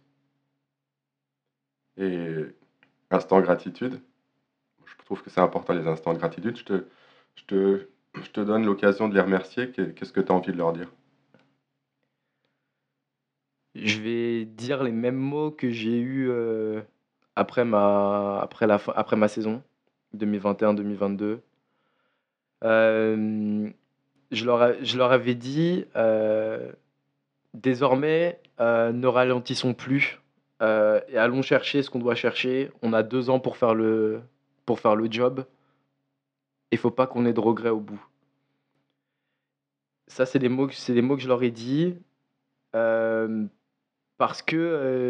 Et instant gratitude, je trouve que c'est important les instants de gratitude. Je te, je te donne l'occasion de les remercier. Qu'est-ce que tu as envie de leur dire? Je vais dire les mêmes mots que j'ai eus, après ma saison 2021-2022. Hem, je leur avais dit, «Désormais, ne ralentissons plus, et allons chercher ce qu'on doit chercher. On a 2 ans pour faire le job, et faut pas qu'on ait de regrets au bout». Ça, c'est les mots que je leur ai dit, hem, parce que,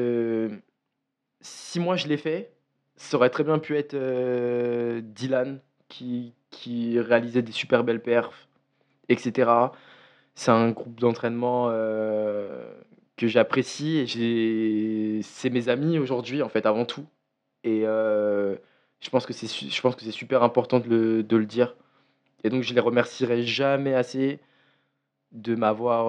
si moi je l'ai fait, ça aurait très bien pu être, Dylan qui réalisait des super belles perfs, et cetera. C'est un groupe d'entraînement, que j'apprécie, et c'est mes amis aujourd'hui, en fait, avant tout, et je pense que c'est super important de le dire, et donc je les remercierai jamais assez de m'avoir,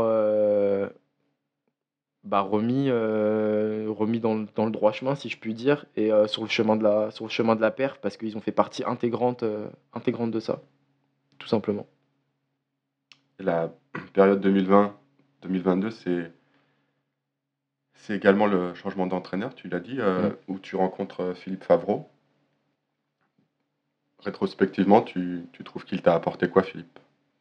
remis dans le droit chemin, si je puis dire, et sur le chemin de la perf, parce qu'ils ont fait partie intégrante de ça, tout simplement. La période 2020-2022, c'est également le changement d'entraîneur, tu l'as dit, Mmh. où tu rencontres Philippe Favreau. Rétrospectivement, tu trouves qu'il t'a apporté quoi, Philippe?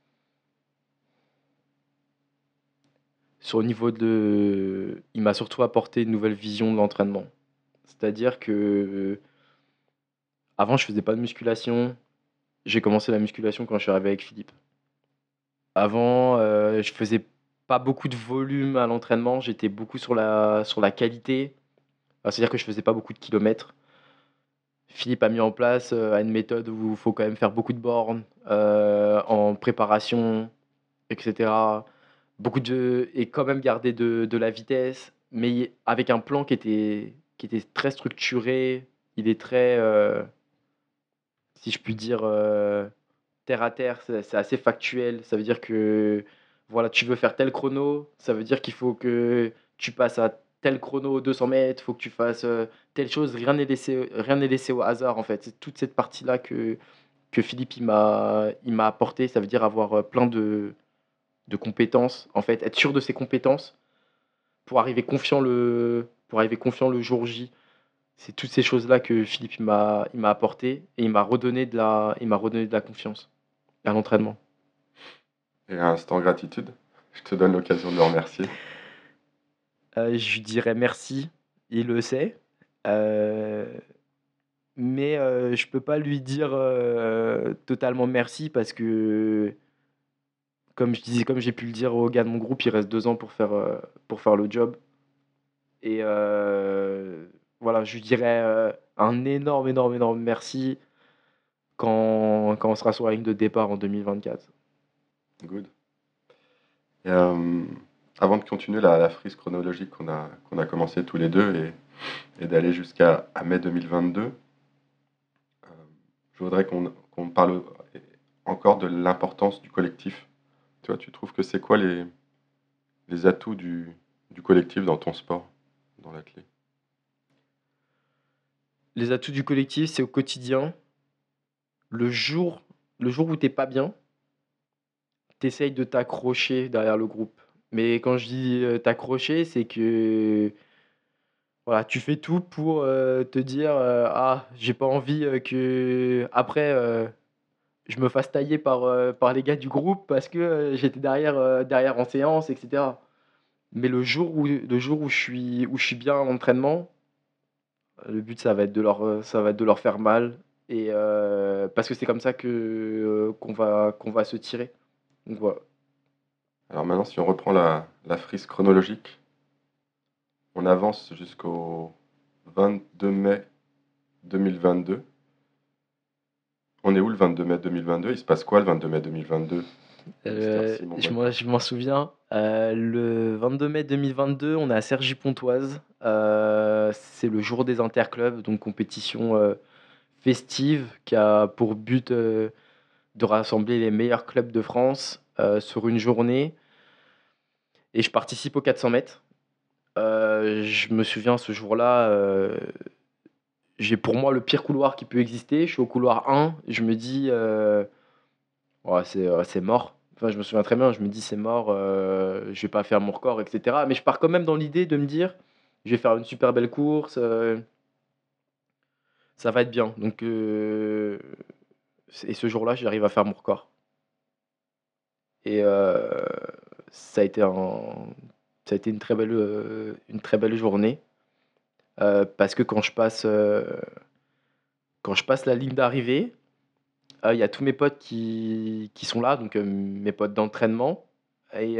Sur le niveau de Il m'a surtout apporté une nouvelle vision de l'entraînement. C'est-à-dire que, avant je faisais pas de musculation. J'ai commencé la musculation quand je suis arrivé avec Philippe. Avant, je faisais pas beaucoup de volume à l'entraînement, j'étais beaucoup sur la qualité. C'est-à-dire que je faisais pas beaucoup de kilomètres. Philippe a mis en place, une méthode où il faut quand même faire beaucoup de bornes, en préparation, et cetera. Et quand même garder de la vitesse, mais avec un plan qui était très structuré. Il est très, si je puis dire, terre à terre, c'est assez factuel. Ça veut dire que, voilà, tu veux faire tel chrono, ça veut dire qu'il faut que tu passes à tel chrono aux 200 mètres, il faut que tu fasses, telle chose. Rien n'est laissé au hasard, en fait. C'est toute cette partie-là que Philippe il m'a apporté. Ça veut dire avoir, plein de compétences, en fait, être sûr de ses compétences pour arriver confiant le jour J. C'est toutes ces choses-là que Philippe il m'a apporté, et il m'a redonné de la confiance à l'entraînement. Et un instant gratitude, je te donne l'occasion de le remercier. Je lui dirais merci, il le sait, Heu, mais je peux pas lui dire, totalement merci parce que, comme j'ai pu le dire aux gars de mon groupe, il reste 2 ans pour faire le job et voilà, je lui dirais, un énorme, énorme, énorme merci quand on sera sur la ligne de départ en 2024. Good. Et, avant de continuer la frise chronologique qu'on a commencé tous les deux et d'aller jusqu'à mai 2022, je voudrais qu'on parle encore de l'importance du collectif. Tu vois, tu trouves que c'est quoi les atouts du collectif dans ton sport, dans l'athlé? Les atouts du collectif, c'est au quotidien. Le jour le jour où t'es pas bien, t'essayes de t'accrocher derrière le groupe. Mais quand je dis, t'accrocher, c'est que, voilà, tu fais tout pour, te dire, «Ah, j'ai pas envie, qu'après, je me fasse tailler par les gars du groupe parce que, j'étais derrière en séance et cetera». Mais le jour où je suis bien en entraînement, le but ça va être de leur faire mal et parce que c'est comme ça qu'on va se tirer. Donc voilà. Alors maintenant, si on reprend la frise chronologique, on avance jusqu'au 22 mai 2022. On est où le 22 mai 2022? Il se passe quoi le 22 mai 2022, Mister Simon Bonnecorps? Je m'en souviens, le 22 mai 2022, on est à Cergy-Pontoise. C'est le jour des interclubs, donc compétition, festive qui a pour but, de rassembler les meilleurs clubs de France, sur une journée et je participe aux 400 mètres. Je me souviens ce jour-là, j'ai pour moi le pire couloir qui peut exister. Je suis au couloir 1, je me dis, «Ouais, c'est mort». Enfin, je me souviens très bien, je me dis: «C'est mort, je vais pas faire mon record» et cetera. Mais je pars quand même dans l'idée de me dire: «Je vais faire une super belle course, ça va être bien». Donc et ce jour-là, j'arrive à faire mon record et ça a été un ça a été une très belle journée, parce que quand je passe la ligne d'arrivée, il y a tous mes potes qui sont là, donc mes potes d'entraînement et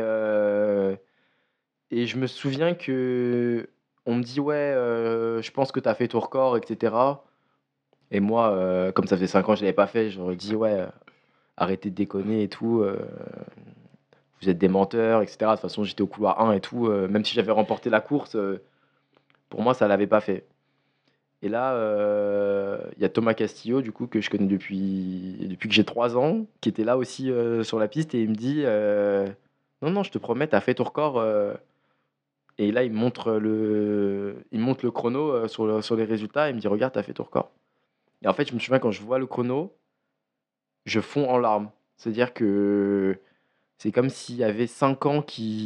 je me souviens que on me dit: «Ouais, je pense que tu as fait ton record» et cetera et moi, comme ça faisait 5 ans que je l'avais pas fait, j'aurais dit: «Ouais, arrêtez de déconner et tout, vous êtes des menteurs» et cetera. De toute façon, j'étais au couloir 1 et tout, même si j'avais remporté la course, pour moi, ça l'avait pas fait et là, il y a Thomas Castillo, du coup, que je connais depuis que j'ai 3 ans, qui était là aussi, sur la piste et il me dit, «Non, non, je te promets, tu as fait ton record, et là, il me montre le chrono, sur les résultats, il me dit: «Regarde, tu as fait ton record» et en fait, je me souviens quand je vois le chrono, je fonds en larmes. C'est-à-dire que c'est comme s'il y avait 5 ans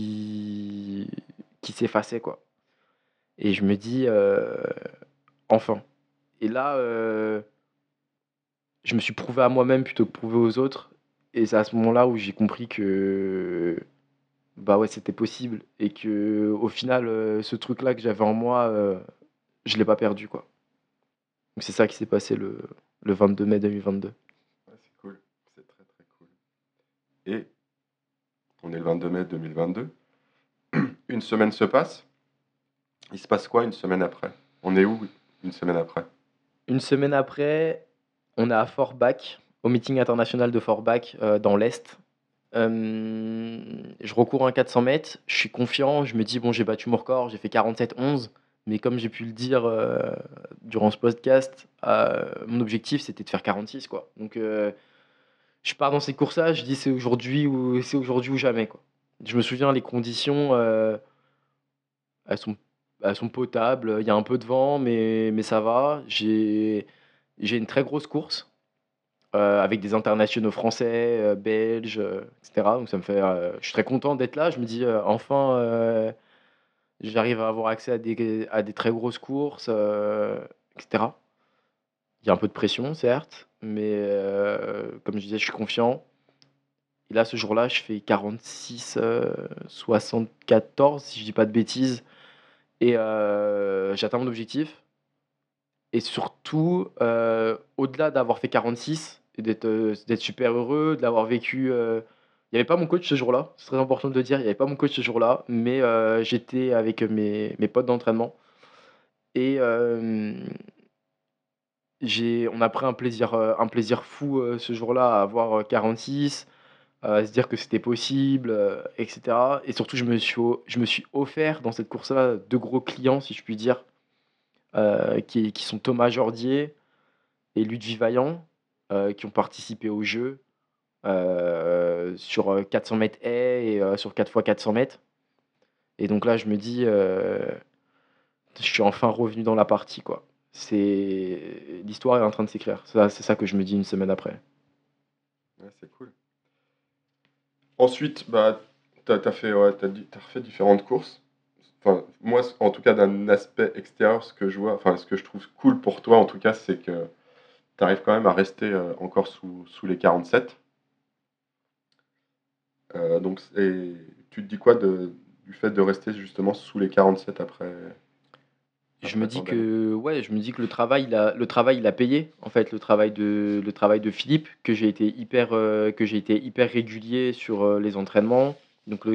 qui s'effaçaient, quoi et je me dis, «Enfin» et là, je me suis prouvé à moi-même plutôt que prouvé aux autres et c'est à ce moment-là où j'ai compris que, bah, ouais, c'était possible et qu'au final, ce truc-là que j'avais en moi, je l'ai pas perdu, quoi. Donc c'est ça qui s'est passé le 22 mai 2022. Ouais, c'est cool, c'est très très cool. Et on est le 22 mai 2022. Une semaine se passe. Il se passe quoi une semaine après? On est où une semaine après? Une semaine après, on est à Forbach, au meeting international de Forbach, dans l'Est. Je recours un 400 mètres, je suis confiant, je me dis: «Bon, j'ai battu mon record, j'ai fait 47,11» mais comme j'ai pu le dire, durant ce podcast, mon objectif, c'était de faire 46, quoi. Donc je pars dans ces courses-là, je dis: c'est aujourd'hui ou jamais», quoi. Je me souviens les conditions, elles sont elles sont potables, il y a un peu de vent mais ça va. J'ai une très grosse course, avec des internationaux français, belges, et cetera. Donc ça me fait, je suis très content d'être là. Je me dis, «Enfin, j'arrive à avoir accès à des très grosses courses», et cetera. Il y a un peu de pression certes, mais comme je disais, je suis confiant et là, ce jour-là, je fais 46, 74 si je dis pas de bêtises et j'atteins mon objectif. et surtout, au-delà d'avoir fait 46 et d'être super heureux, de l'avoir vécu, il y avait pas mon coach ce jour-là, c'est très important de le dire, il y avait pas mon coach ce jour-là, mais j'étais avec mes potes d'entraînement et on a pris un plaisir fou, ce jour-là à avoir, 46, à se dire que c'était possible, et cetera et surtout je me suis offert dans cette course-là 2 gros clients, si je puis dire, qui sont Thomas Jordier et Ludwig Vaillant, qui ont participé au jeu, sur, 400 mètres haies et sur 4 fois 400 mètres et donc là, je me dis, je suis enfin revenu dans la partie, quoi. L'histoire est en train de s'écrire. C'est ça que je me dis une semaine après. Ouais, c'est cool. Ensuite, bah, t'as fait, ouais, t'as refait différentes courses. Enfin, moi, en tout cas, d'un aspect extérieur, ce que je vois, enfin, ce que je trouve cool pour toi, en tout cas, c'est que tu arrives quand même à rester encore sous les 47. Donc, et tu te dis quoi du fait de rester justement sous les 47 Je me après dis tant d'années? que ouais, je me dis que le travail, il a payé. En fait, le travail de Philippe, que j'ai été hyper régulier sur, les entraînements, donc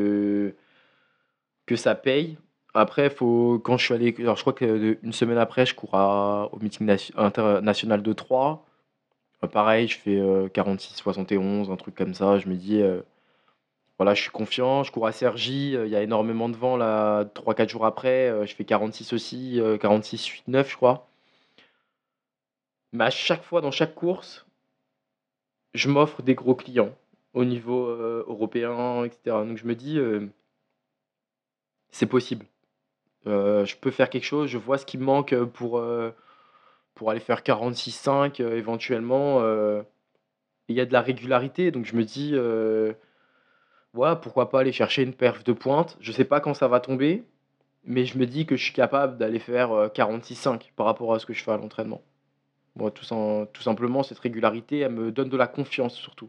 que ça paye. Après, faut quand je suis allé alors je crois que, une semaine après, je cours au meeting international de Troyes. Pareil, je fais, 46-71, un truc comme ça. Je me dis, voilà, je suis confiant, je cours à Cergy, il y a énormément de vent là, 3-4 jours après, je fais 46 aussi, 46,9 je crois. Mais à chaque fois, dans chaque course, je m'offre des gros clients au niveau, européen et cetera. Donc je me dis, «C'est possible». Je peux faire quelque chose, je vois ce qui me manque, pour aller faire 46,5, éventuellement, et il y a de la régularité donc je me dis, voilà, pourquoi pas aller chercher une perf de pointe? Je sais pas quand ça va tomber, mais je me dis que je suis capable d'aller faire, 46,5 par rapport à ce que je fais à l'entraînement. Bon, tout simplement, cette régularité, elle me donne de la confiance surtout.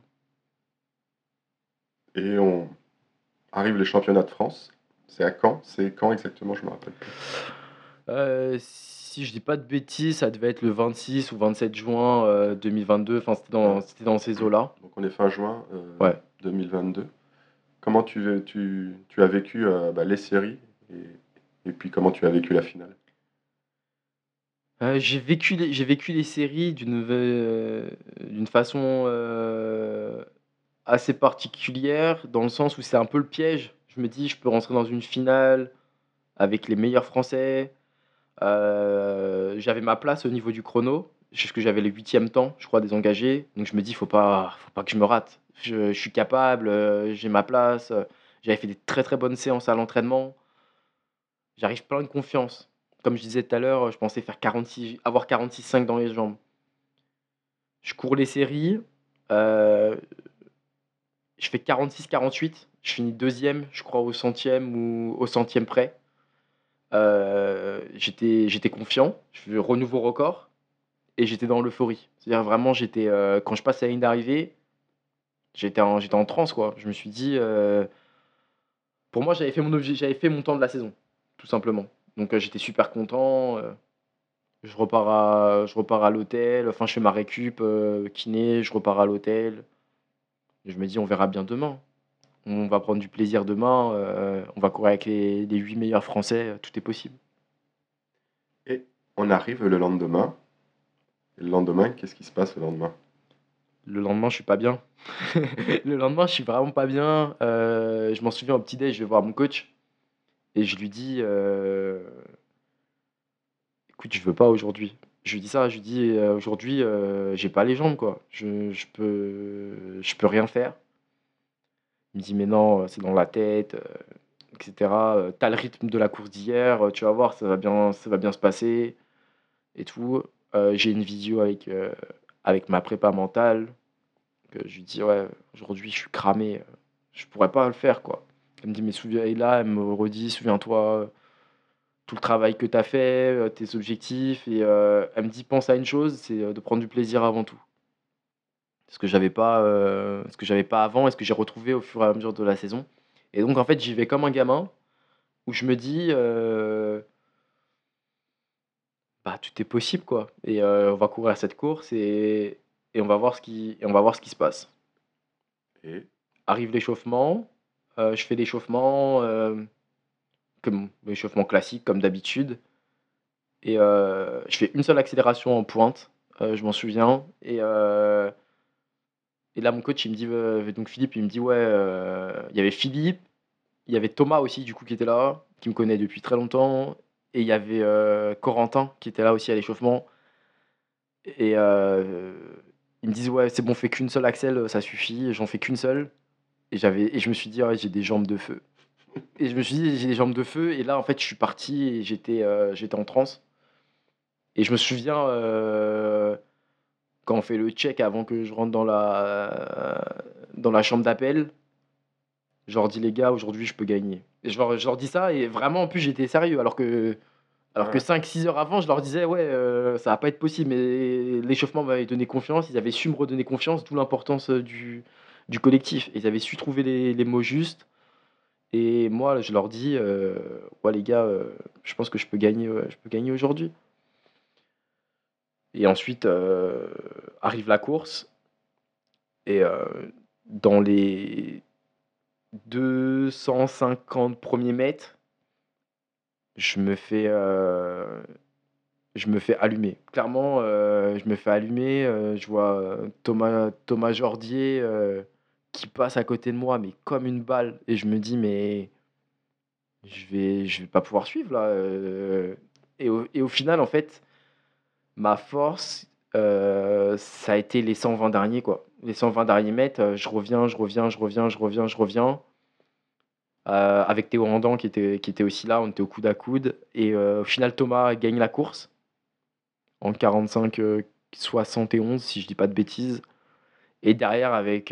Et on arrive les championnats de France. C'est à Caen? C'est quand exactement? Je me rappelle plus. Si je dis pas de bêtises, ça devait être le 26 ou 27 juin, 2022, enfin Ouais. c'était dans ces eaux-là. Donc on est fin juin Ouais. 2022. Comment tu as vécu bah, les séries et puis comment tu as vécu la finale? J'ai vécu les séries d'une façon, assez particulière, dans le sens où c'est un peu le piège. Je me dis: «Je peux rentrer dans une finale avec les meilleurs Français». J'avais ma place au niveau du chrono, puisque j'avais le 8e temps, je crois, des engagés. Donc je me dis: «Faut pas que je me rate. Je suis capable, j'ai ma place», j'avais fait des très, très bonnes séances à l'entraînement. J'arrive plein de confiance. Comme je disais tout à l'heure, je pensais faire 46 avoir 46,5 dans les jambes. Je cours les séries, heu, je fais 46-48, je finis deuxième, je crois au centième ou au centième près. J'étais confiant, je fais renouveau record et j'étais dans l'euphorie. C'est-à-dire vraiment quand je passe à la ligne d'arrivée, j'étais en transe quoi. Je me suis dit, pour moi j'avais fait mon temps de la saison, tout simplement. Donc j'étais super content, je repars à l'hôtel, enfin je fais ma récup, kiné, je repars à l'hôtel. Je me dis: «On verra bien demain. On va prendre du plaisir demain, on va courir avec les 8 meilleurs Français, tout est possible». Et on arrive le lendemain. Et le lendemain, qu'est-ce qui se passe le lendemain? Le lendemain, je suis pas bien. Le lendemain, je suis vraiment pas bien, je m'en souviens au petit déj, je vais voir mon coach et je lui dis, «Écoute, je veux pas aujourd'hui». Je lui dis ça, je lui dis: «Aujourd'hui, j'ai pas les jambes, quoi. Je peux rien faire». Il me dit: «Mais non, c'est dans la tête, et cetera, tu le rythme de la course d'hier, tu vas voir, ça va bien se passer et tout». J'ai une visio avec ma prépa mentale, que je lui dis: «Ouais, aujourd'hui, je suis cramé, je pourrais pas le faire, quoi». Elle me dit: «Mais souviens» et là, elle me redit: «Souviens-toi, tout le travail que tu as fait, tes objectifs» et elle me dit: «Pense à une chose, c'est, de prendre du plaisir avant tout». Ce que j'avais pas avant et ce que j'ai retrouvé au fur et à mesure de la saison et donc en fait, j'y vais comme un gamin où je me dis, bah, tout est possible, quoi. Et on va courir cette course et on va voir ce qui se passe. Et Arrive l'échauffement, je fais l'échauffement, comme l'échauffement classique comme d'habitude et je fais une seule accélération en pointe, je m'en souviens et là mon coach il me dit, donc Philippe il me dit: «Ouais», il y avait Philippe, il y avait Thomas aussi du coup qui était là, qui me connaît depuis très longtemps et il y avait, Corentin qui était là aussi à l'échauffement et ils me disent: «Ouais, c'est bon, fais qu'une seule accel, ça suffit». J'en fais qu'une seule et je me suis dit: «Ouais, j'ai des jambes de feu». Et je me suis dit: «J'ai les jambes de feu» et là, en fait, je suis parti et j'étais en transe et je me souviens, quand on fait le check avant que je rentre dans la chambre d'appel, je leur dis: «Les gars, aujourd'hui, je peux gagner» et je leur dis ça et vraiment, en plus, j'étais sérieux alors que ouais, 5-6 heures avant, je leur disais: «Ouais, ça va pas être possible» mais l'échauffement m'avait donné confiance, ils avaient su me redonner confiance, d'où l'importance, du collectif. Ils avaient su trouver les mots justes. Et moi, je leur dis, «Ouais les gars, je pense que je peux gagner aujourd'hui» et ensuite, arrive la course et dans les 250 premiers mètres, je me fais, je me fais allumer. Clairement, je me fais allumer, je vois, Thomas Jordier, qui passe à côté de moi, mais comme une balle et je me dis: «Mais je vais pas pouvoir suivre là», et au final, en fait, ma force, ça a été les 120 derniers, quoi. Les 120 derniers mètres, je reviens, je reviens, je reviens, je reviens, je reviens, avec Théo Randan qui était aussi là, on était au coude à coude et au final, Thomas gagne la course en 45, 71 si je dis pas de bêtises et derrière avec,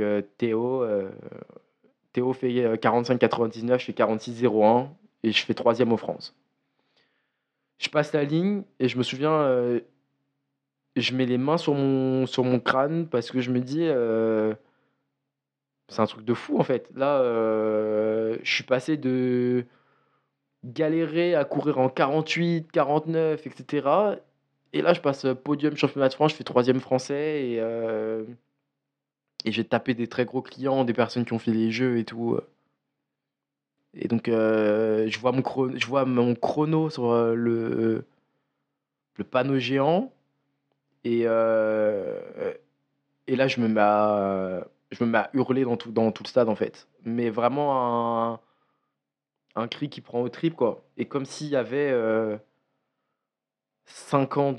Théo fait, 45-99, je fais 46-01 et je fais 3e aux France. Je passe la ligne et je me souviens, je mets les mains sur mon crâne parce que je me dis, c'est un truc de fou en fait. Là, je suis passé de galérer à courir en 48, 49 et cetera et là je passe, podium championnat de France, je fais 3e français et j'ai tapé des très gros clients, des personnes qui ont fait les jeux et tout, et donc je vois mon chrono sur, le panneau géant et et là je me mets à hurler dans tout le stade en fait. Mais vraiment un cri qui prend aux tripes quoi et comme s'il y avait, 5 ans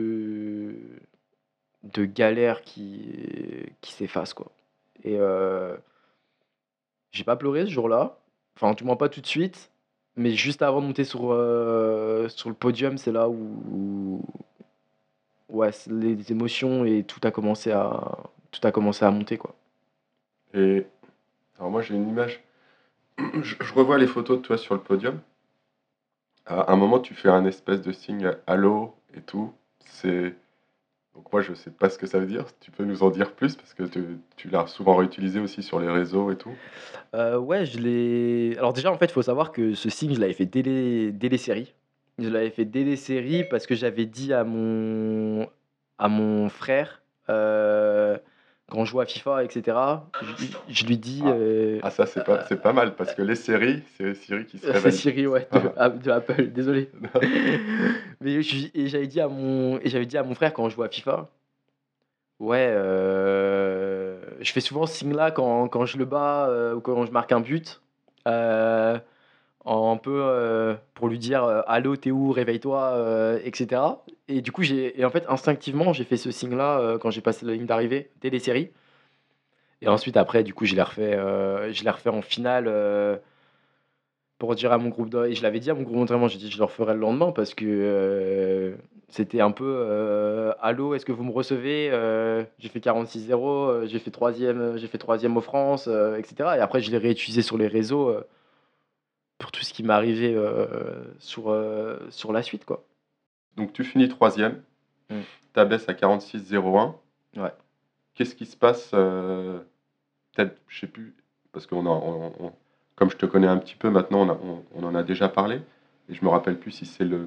de galère qui s'effacent quoi et j'ai pas pleuré ce jour-là, enfin du moins pas tout de suite, mais juste avant de monter sur le podium, c'est là où ouais, c'est les émotions et tout a commencé à monter quoi. et alors moi j'ai une image, je revois les photos de toi sur le podium. À un moment, tu fais un espèce de signe «Allô» et tout. C'est donc moi, je sais pas ce que ça veut dire. Tu peux nous en dire plus? Parce que tu l'as souvent réutilisé aussi sur les réseaux et tout. Ouais, je l'ai alors déjà, en fait, il faut savoir que ce signe, je l'avais fait dès les séries. Je l'avais fait dès les séries parce que j'avais dit à mon frère, quand on jouait à FIFA et cetera, je lui dis, Ah, ah ça, c'est pas mal parce que les séries, c'est Siri qui se c'est réveille. Siri, ouais, de Apple, désolé. Mais j'avais dit à mon frère quand on jouait à FIFA: «Ouais, je fais souvent ce signe-là quand je le bats, ou quand je marque un but». Heu un peu, pour lui dire, «Allô, tu où? Réveille-toi», et cetera et du coup, en fait, instinctivement, j'ai fait ce signe-là, quand j'ai passé la ligne d'arrivée, dès les séries et ensuite après, du coup, je l'ai refait en finale, pour dire à mon groupe d'en et je l'avais dit à mon groupe d'entraînement, j'ai dit: «Je le referai le lendemain» parce que, c'était un peu, «Allô, est-ce que vous me recevez? J'ai fait 46-0, j'ai fait troisième aux France», et cetera et après je l'ai réutilisé sur les réseaux, pour tout ce qui m'est arrivé, sur la suite, quoi. Donc tu finis troisième, Mmh. tu abaisses à 46,01. Ouais. Qu'est-ce qui se passe, peut-être, je sais plus, parce qu'on a comme je te connais un petit peu maintenant, on en a déjà parlé et je me rappelle plus si c'est le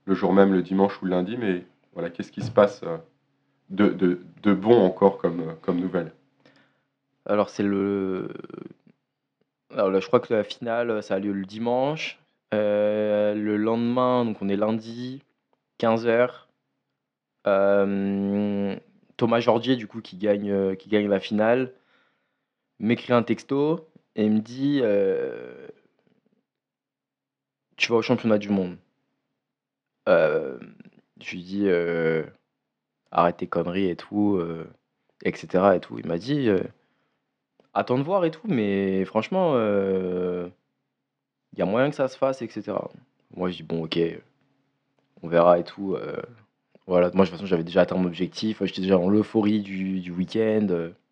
le jour même, le dimanche ou le lundi, mais voilà, qu'est-ce qui se passe de bon encore comme nouvelle? Alors c'est le alors là, je crois que la finale, ça a lieu le dimanche. Le lendemain, donc on est lundi, 15h. Thomas Jordier, du coup, qui gagne la finale, m'écrit un texto et il me dit tu vas au championnat du monde. Je lui dis arrête tes conneries et tout, etc. Et tout. Il m'a dit attends de voir et tout, mais franchement, il y a moyen que ça se fasse, etc. Moi, je dis bon, ok, on verra et tout. Voilà, moi, de toute façon, j'avais déjà atteint mon objectif. J'étais déjà en euphorie du week-end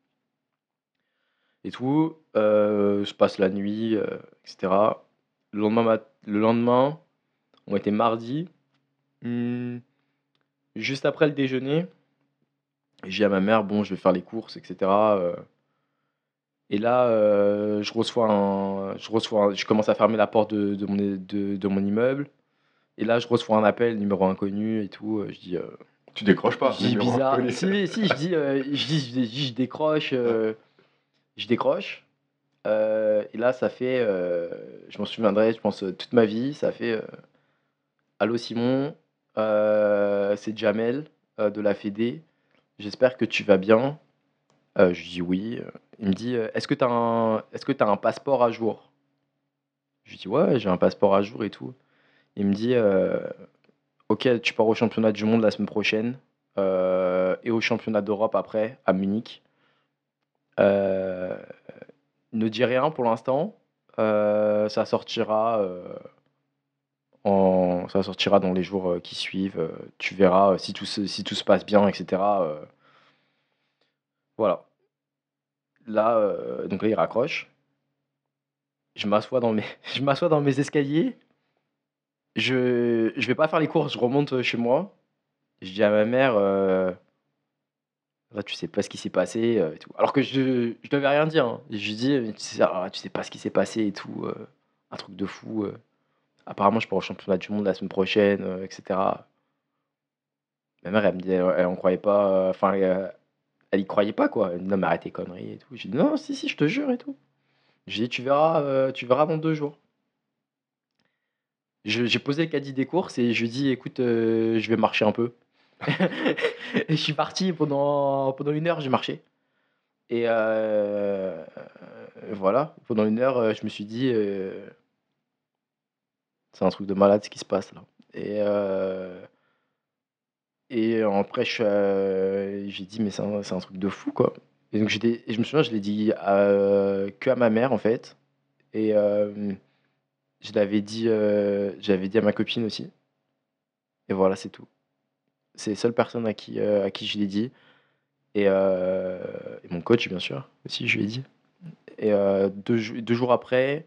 et tout. Je passe la nuit, etc. Le lendemain, on était mardi. Hmm, Juste après le déjeuner, j'ai dit à ma mère, bon, je vais faire les courses, etc. Et là, je commence à fermer la porte de mon immeuble. Et là, je reçois un appel, numéro inconnu et tout. Tu décroches Je pas, dis numéro bizarre. inconnu. Si, je décroche. Je décroche. Et là, ça fait, je m'en souviendrai, je pense, toute ma vie. Ça fait allô Simon, c'est Jamel de la Fédé. J'espère que tu vas bien. Je dis oui. Il me dit est-ce que t'as un passeport à jour? Je dis ouais, j'ai un passeport à jour et tout. Il me dit ok, tu pars au championnat du monde la semaine prochaine et au championnat d'Europe après à Munich. Euh, Ne dis rien pour l'instant. Ça sortira ça sortira dans les jours qui suivent. Tu verras si tout se passe bien, etc. Voilà. Là, donc là, il raccroche. Je m'assois dans mes, je m'assois dans mes escaliers. Je vais pas faire les courses. Je remonte chez moi. Je dis à ma mère, là, tu sais pas ce qui s'est passé et tout. Alors que je devais rien dire. Hein. Je lui dis, tu sais pas ce qui s'est passé et tout. Un truc de fou. Apparemment, je pars au championnat du monde la semaine prochaine, etc. Ma mère, elle me dit, elle en croyait pas. Enfin, elle y croyait pas, quoi. Elle me dit, non, mais arrête tes conneries et tout. J'ai dit, non, si, je te jure et tout. J'ai dit, tu verras dans 2 jours. J'ai posé le caddie des courses et je lui ai dit, écoute, je vais marcher un peu. Et je suis parti pendant 1 heure, j'ai marché. Et voilà, pendant 1 heure, je me suis dit, c'est un truc de malade ce qui se passe là. Et après, j'ai dit, mais c'est un truc de fou quoi. Et donc je me souviens, je l'ai dit que à ma mère en fait. Et j'avais dit à ma copine aussi. Et voilà, c'est tout. C'est les seules personnes à qui je l'ai dit. Et mon coach, bien sûr, aussi, je lui ai dit. Et 2 jours après,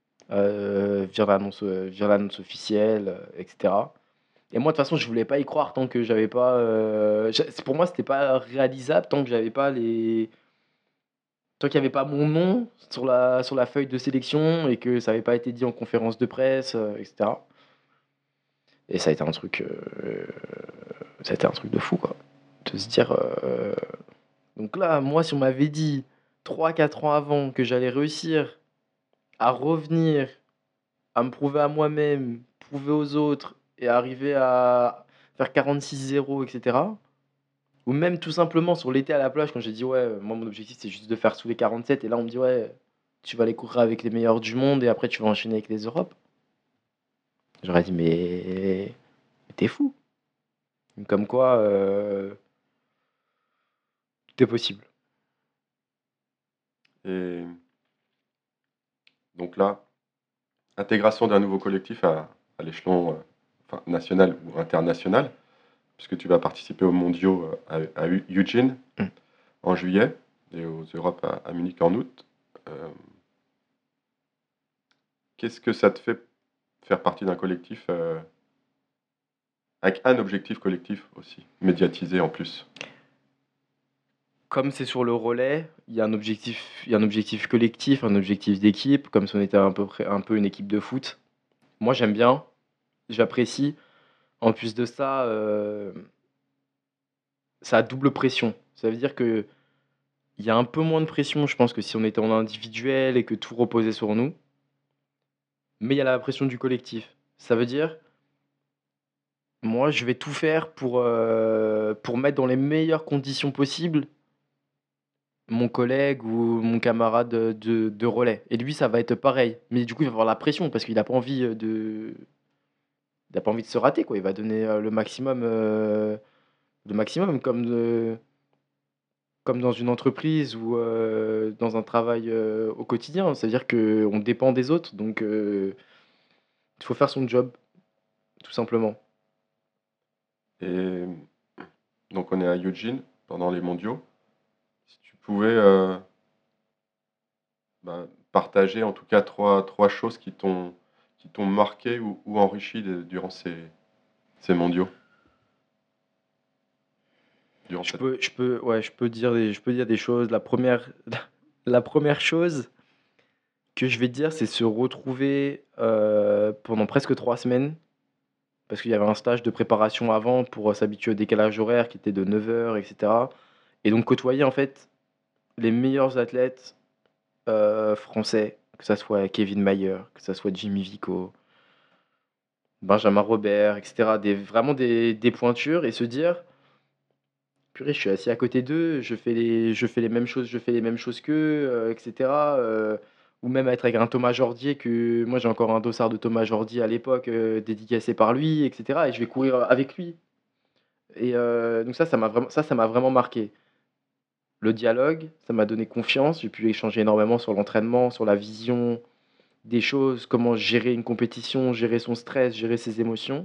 vient l'annonce officielle, etc. Et moi, de toute façon, je voulais pas y croire tant que j'avais pas. Pour moi, c'était pas réalisable tant que j'avais pas les. Tant qu'il n'y avait pas mon nom sur la feuille de sélection et que ça n'avait pas été dit en conférence de presse, etc. Et ça a été un truc de fou, quoi. De se dire. Donc là, moi, si on m'avait dit 3 4 ans avant que j'allais réussir à revenir, à me prouver à moi-même, prouver aux autres et arriver à faire 46-0, etc. Ou même tout simplement sur l'été à la plage, quand j'ai dit ouais, moi mon objectif c'est juste de faire sous les 47, et là on me dit ouais, tu vas aller courir avec les meilleurs du monde et après tu vas enchaîner avec les Europes. J'aurais dit mais t'es fou. Comme quoi, tout est possible. Et donc là, intégration d'un nouveau collectif à l'échelon enfin, national ou international, puisque tu vas participer aux mondiaux à Eugene Mm. en juillet et aux Europes à Munich en août. Euh, Qu'est-ce que ça te fait faire partie d'un collectif avec un objectif collectif aussi, médiatisé en plus? Comme c'est sur le relais, il y a un objectif collectif, un objectif d'équipe, comme si on était un peu une équipe de foot. Moi j'aime bien, j'apprécie. En plus de ça, ça a double pression. Ça veut dire qu'il y a un peu moins de pression, je pense, que si on était en individuel et que tout reposait sur nous, mais il y a la pression du collectif. Ça veut dire, moi, je vais tout faire pour mettre dans les meilleures conditions possibles mon collègue ou mon camarade de relais. Et lui, ça va être pareil. Mais du coup, il va avoir la pression parce qu'il a pas envie, il a pas envie de se rater, quoi. Il va donner, le maximum comme dans une entreprise ou, dans un travail, au quotidien. C'est-à-dire qu'on dépend des autres, donc il faut faire son job, tout simplement. Et donc, on est à Eugene pendant les mondiaux. Si tu pouvais partager en tout cas trois choses qui t'ont marqué ou enrichi durant ces mondiaux. Durant cette... Ouais, je peux dire des choses. La première chose que je vais te dire, c'est se retrouver, pendant presque 3 semaines, parce qu'il y avait un stage de préparation avant pour, s'habituer au décalage horaire qui était de 9 heures, et cetera, et donc côtoyer, en fait, les meilleurs athlètes, français, que ça soit Kevin Mayer, que ça soit Jimmy Vico, Benjamin Robert, et cetera, vraiment des pointures, et se dire: «Purée, je suis assis à côté d'eux, je fais les mêmes choses qu'eux, et cetera», ou même être avec un Thomas Jordier, que moi j'ai encore un dossard de Thomas Jordier à l'époque, dédicacé par lui, et cetera, et je vais courir avec lui, et donc ça m'a vraiment marqué. Le dialogue, ça m'a donné confiance, j'ai pu échanger énormément sur l'entraînement, sur la vision des choses, comment gérer une compétition, gérer son stress, gérer ses émotions,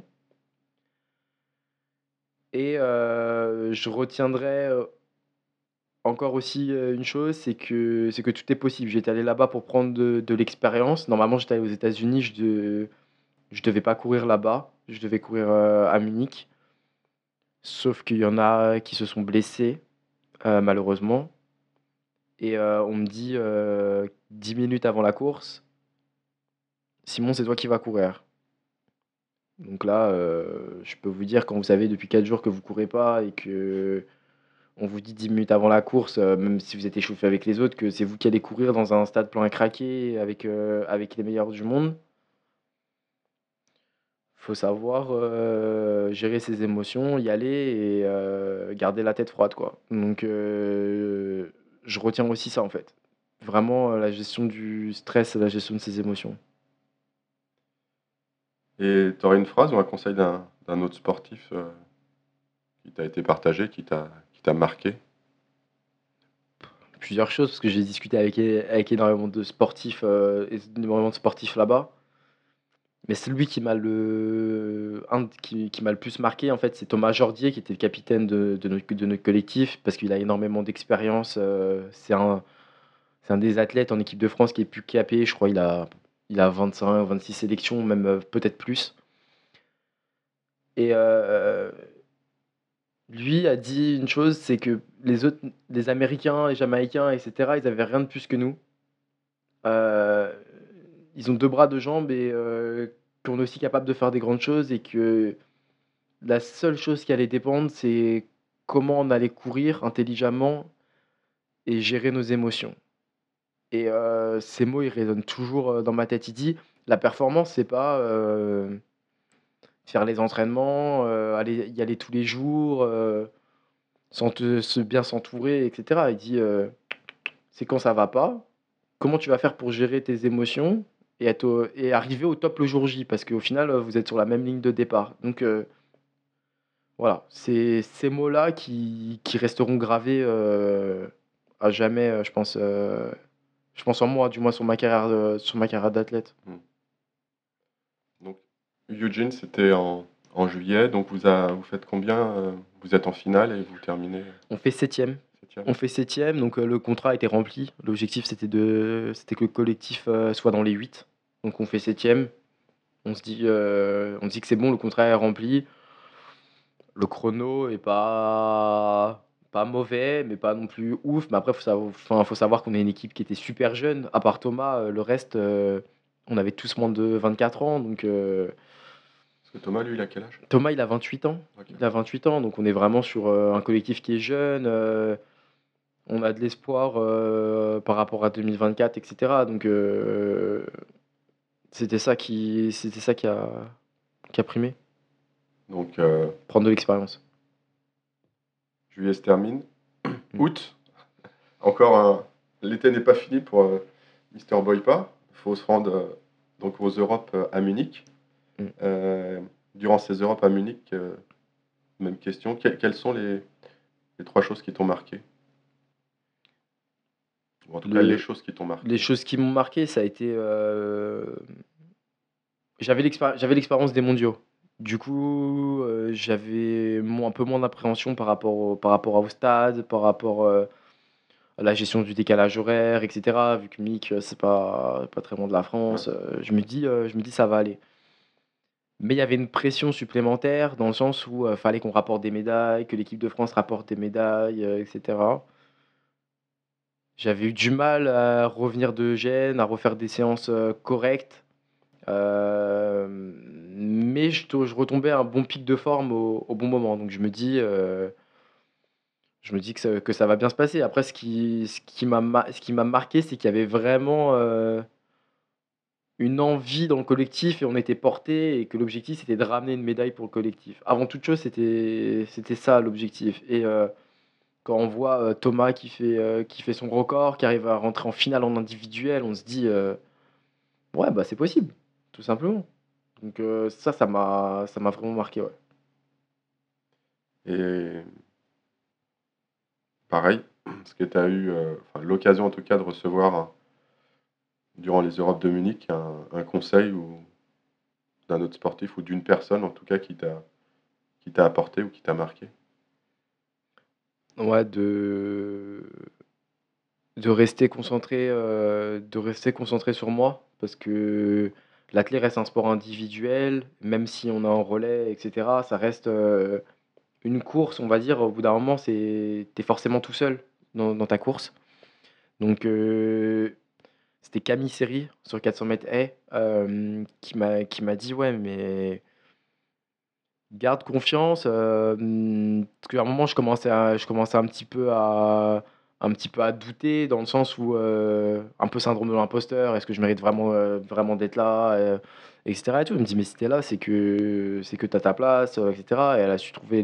et je retiendrai, encore aussi, une chose, c'est que tout est possible. J'étais allé là-bas pour prendre de l'expérience. Normalement, j'étais allé aux États-Unis, je devais pas courir là-bas, je devais courir, à Munich. Sauf qu'il y en a qui se sont blessés, malheureusement, et on me dit, 10 minutes avant la course: «Simon, c'est toi qui vas courir». Donc là, je peux vous dire, quand vous savez depuis 4 jours que vous courez pas et que on vous dit 10 minutes avant la course, même si vous êtes échauffé avec les autres, que c'est vous qui allez courir dans un stade plein à craquer avec les meilleurs du monde. Faut savoir, gérer ses émotions, y aller, et garder la tête froide, quoi. Donc je retiens aussi ça, en fait. Vraiment, la gestion du stress et la gestion de ses émotions. Et tu aurais une phrase ou un conseil d'un autre sportif qui t'a été partagé, qui t'a marqué? Plusieurs choses, parce que j'ai discuté avec énormément de sportifs, énormément de sportifs là-bas. Mais celui qui m'a qui m'a le plus marqué, en fait, c'est Thomas Jordier, qui était le capitaine de notre collectif, parce qu'il a énormément d'expérience. C'est un des athlètes en équipe de France qui est plus capé. Je crois il a 25, 26 sélections, même, peut-être plus. Et lui a dit une chose, c'est que les Américains, les Jamaïcains, et cetera, ils avaient rien de plus que nous. Heu, Ils ont 2 bras, 2 jambes, et qu'on est aussi capable de faire des grandes choses, et que la seule chose qui allait dépendre, c'est comment on allait courir intelligemment et gérer nos émotions. Et ces mots, ils résonnent toujours, dans ma tête. Il dit: «La performance, c'est pas, faire les entraînements, aller y aller tous les jours, bien s'entourer, et cetera». Il dit, «C'est quand ça va pas, comment tu vas faire pour gérer tes émotions et arriver au top le jour J?» Parce qu'au final, vous êtes sur la même ligne de départ. Donc voilà, c'est ces mots-là qui resteront gravés, à jamais, je pense en moi, du moins sur ma carrière d'athlète. Mmh. Donc, Eugene, c'était en juillet. Donc, vous faites combien vous êtes en finale et vous terminez On fait 7e. 7e? On fait 7e, donc le contrat a été rempli. L'objectif, c'était que le collectif, soit dans les 8. Donc on fait 7e. On se dit que c'est bon, le contrat est rempli. Le chrono est pas mauvais, mais pas non plus ouf. Mais après, faut savoir qu'on est une équipe qui était super jeune. À part Thomas, le reste, on avait tous moins de 24 ans, donc Parce Et Thomas, lui, il a quel âge? Thomas, il a 28 ans. Ok. Il a 28 ans, donc on est vraiment sur un collectif qui est jeune. On a de l'espoir par rapport à 2024, etc. Donc c'était ça qui a primé. Donc, Prendre de l'expérience. juillet se termine. Août, encore un. L'été n'est pas fini pour Mister Boypa. Il faut se rendre donc aux Europes à Munich. Mm. Durant ces Europes à Munich, même question. Quelles sont les 3 choses qui t'ont marqué? Ou en tout cas, les choses qui t'ont marqué. Les choses qui m'ont marqué, ça a été. J'avais l'expérience des mondiaux. Du coup, j'avais un peu moins d'appréhension par rapport au stade, par rapport à la gestion du décalage horaire, etc. Vu que Munich, c'est pas très loin de la France, je me dis ça va aller. Mais il y avait une pression supplémentaire dans le sens où fallait qu'on rapporte des médailles, que l'équipe de France rapporte des médailles, etc. J'avais eu du mal à revenir de Gênes, à refaire des séances correctes. Mais je retombais à un bon pic de forme au bon moment. Donc je me dis que ça va bien se passer. Après, ce qui m'a marqué, c'est qu'il y avait vraiment une envie dans le collectif et on était porté et que l'objectif, c'était de ramener une médaille pour le collectif. Avant toute chose, c'était ça l'objectif. Et quand on voit Thomas qui fait son record, qui arrive à rentrer en finale en individuel, on se dit, ouais, bah c'est possible, tout simplement. Donc ça m'a vraiment marqué, ouais. Et pareil, est-ce que tu as eu l'occasion en tout cas de recevoir, durant les Europes de Munich, un conseil ou d'un autre sportif ou d'une personne en tout cas qui t'a apporté ou qui t'a marqué? Ouais, de rester concentré sur moi parce que l'athlé reste un sport individuel, même si on est en relais, et cetera, ça reste, une course, on va dire, au bout d'un moment, tu forcément tout seul dans ta course. Donc c'était Camille Seri sur 400 mètres haies, qui m'a dit: «Ouais, mais garde confiance», parce qu'à un moment, je commençais un petit peu à douter dans le sens où, un peu syndrome de l'imposteur. Est-ce que je mérite vraiment d'être là, et cetera et tout. Elle me dit: «Mais si tu là, c'est que tu as ta place, et cetera», et elle a su trouver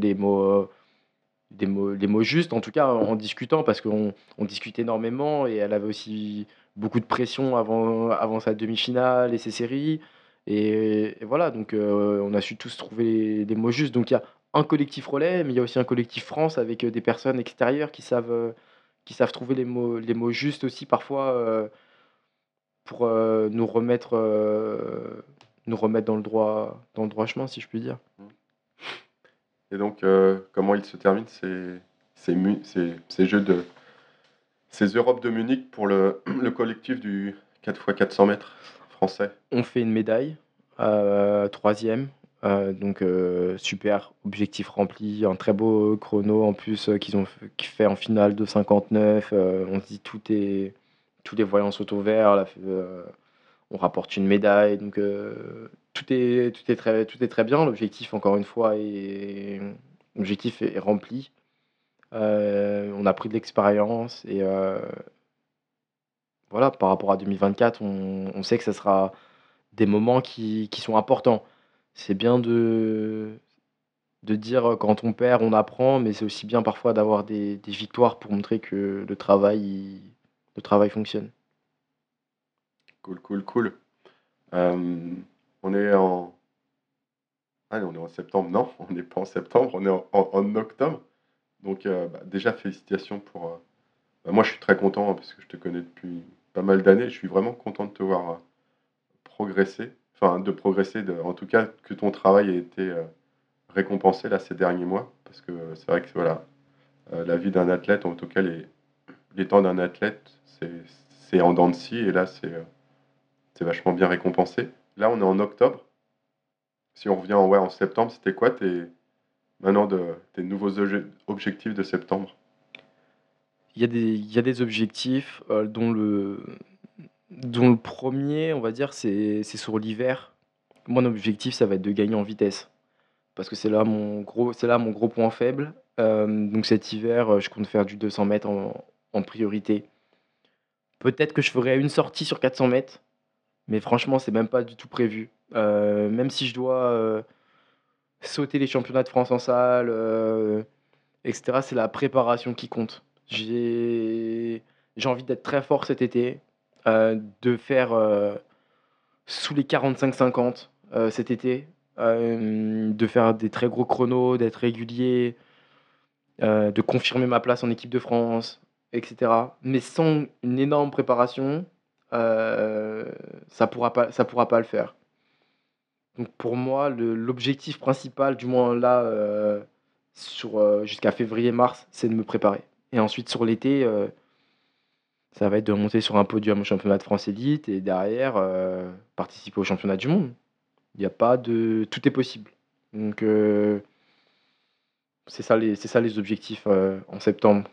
les mots justes, en tout cas en discutant parce qu'on discute énormément et elle avait aussi beaucoup de pression avant sa demi-finale et ses séries et voilà donc on a su tous trouver les mots justes. Donc il y a un collectif relais, mais il y a aussi un collectif France avec, des personnes extérieures qui savent trouver les mots justes aussi parfois, pour, nous remettre dans le droit chemin si je puis dire. Et donc, comment ils se terminent ces Europes de Munich pour le collectif du 4x400 mètres français? On fait une médaille, 3e, donc super, objectif rempli, un très beau chrono en plus, qu'ils fait en finale de 59, on se dit tous les voyants sont au vert, là, on rapporte une médaille donc tout est très bien. L'objectif est rempli. On a pris de l'expérience et voilà, par rapport à 2024, on sait que ça sera des moments qui sont importants. C'est bien de dire, quand on perd, on apprend, mais c'est aussi bien parfois d'avoir des victoires pour montrer que le travail fonctionne. Cool, cool, cool. On est en... Ah, on est en septembre. Non, on n'est pas en septembre, on est en octobre. Donc, déjà, félicitations pour... moi, je suis très content hein, parce que je te connais depuis pas mal d'années. Je suis vraiment content de te voir progresser. Enfin, de progresser, en tout cas, que ton travail ait été récompensé là ces derniers mois. Parce que c'est vrai que voilà, la vie d'un athlète, en tout cas les temps d'un athlète, c'est en dents de scie et là c'est vachement bien récompensé. Là on est en octobre. Si on revient en septembre, c'était quoi tes nouveaux objectifs de septembre? Il y a des objectifs, dont le premier, on va dire, c'est sur l'hiver. Mon objectif, ça va être de gagner en vitesse parce que c'est là mon gros point faible. Donc cet hiver, je compte faire du 200 mètres en priorité. Peut-être que je ferai une sortie sur 400 mètres, mais franchement, c'est même pas du tout prévu. Même si je dois, sauter les championnats de France en salle, et cetera, c'est la préparation qui compte. J'ai envie d'être très fort cet été, de faire, sous les 45-50, cet été, de faire des très gros chronos, d'être régulier, de confirmer ma place en équipe de France, et cetera. Mais sans une énorme préparation, heu, ça pourra pas le faire. Donc pour moi, l'objectif principal, du moins là, jusqu'à février-mars, c'est de me préparer. Et ensuite sur l'été, ça va être de monter sur un podium au championnat de France élite et derrière, participer au championnat du monde. Il y a pas de Tout est possible. Donc c'est ça les objectifs, en septembre.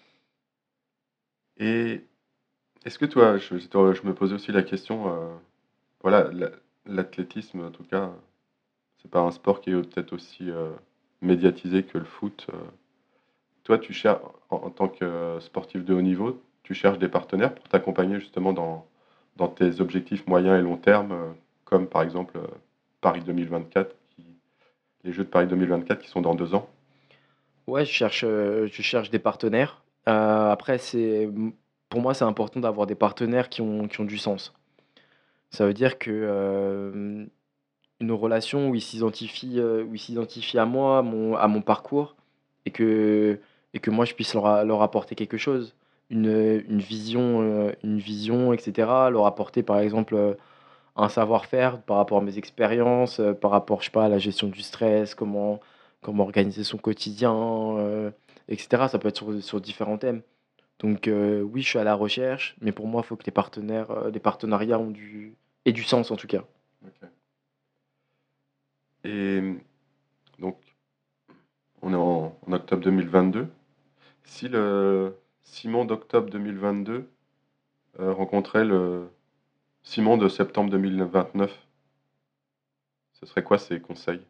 Et est-ce que toi, je me posais aussi la question, voilà, l'athlétisme, en tout cas, c'est pas un sport qui est peut-être aussi médiatisé que le foot. Toi, tu cherches, en tant que sportif de haut niveau, tu cherches des partenaires pour t'accompagner justement dans tes objectifs moyens et long terme, comme par exemple Paris 2024, les Jeux de Paris 2024 qui sont dans 2 ans. Ouais, je cherche des partenaires. Après pour moi, c'est important d'avoir des partenaires qui ont du sens. Ça veut dire que, une relation où ils s'identifient à moi, à mon parcours et que moi je puisse leur apporter quelque chose. Une vision et cetera. Leur apporter par exemple, un savoir-faire par rapport à mes expériences, par rapport, je sais pas, à la gestion du stress, comment organiser son quotidien, et cetera. Ça peut être sur différents thèmes. Donc, oui, je suis à la recherche, mais pour moi, il faut que les partenariats aient du sens en tout cas. Ok. Et donc, on est en octobre 2022. Si le Simon d'octobre 2022 rencontrait le Simon de septembre 2029, ce serait quoi ses conseils?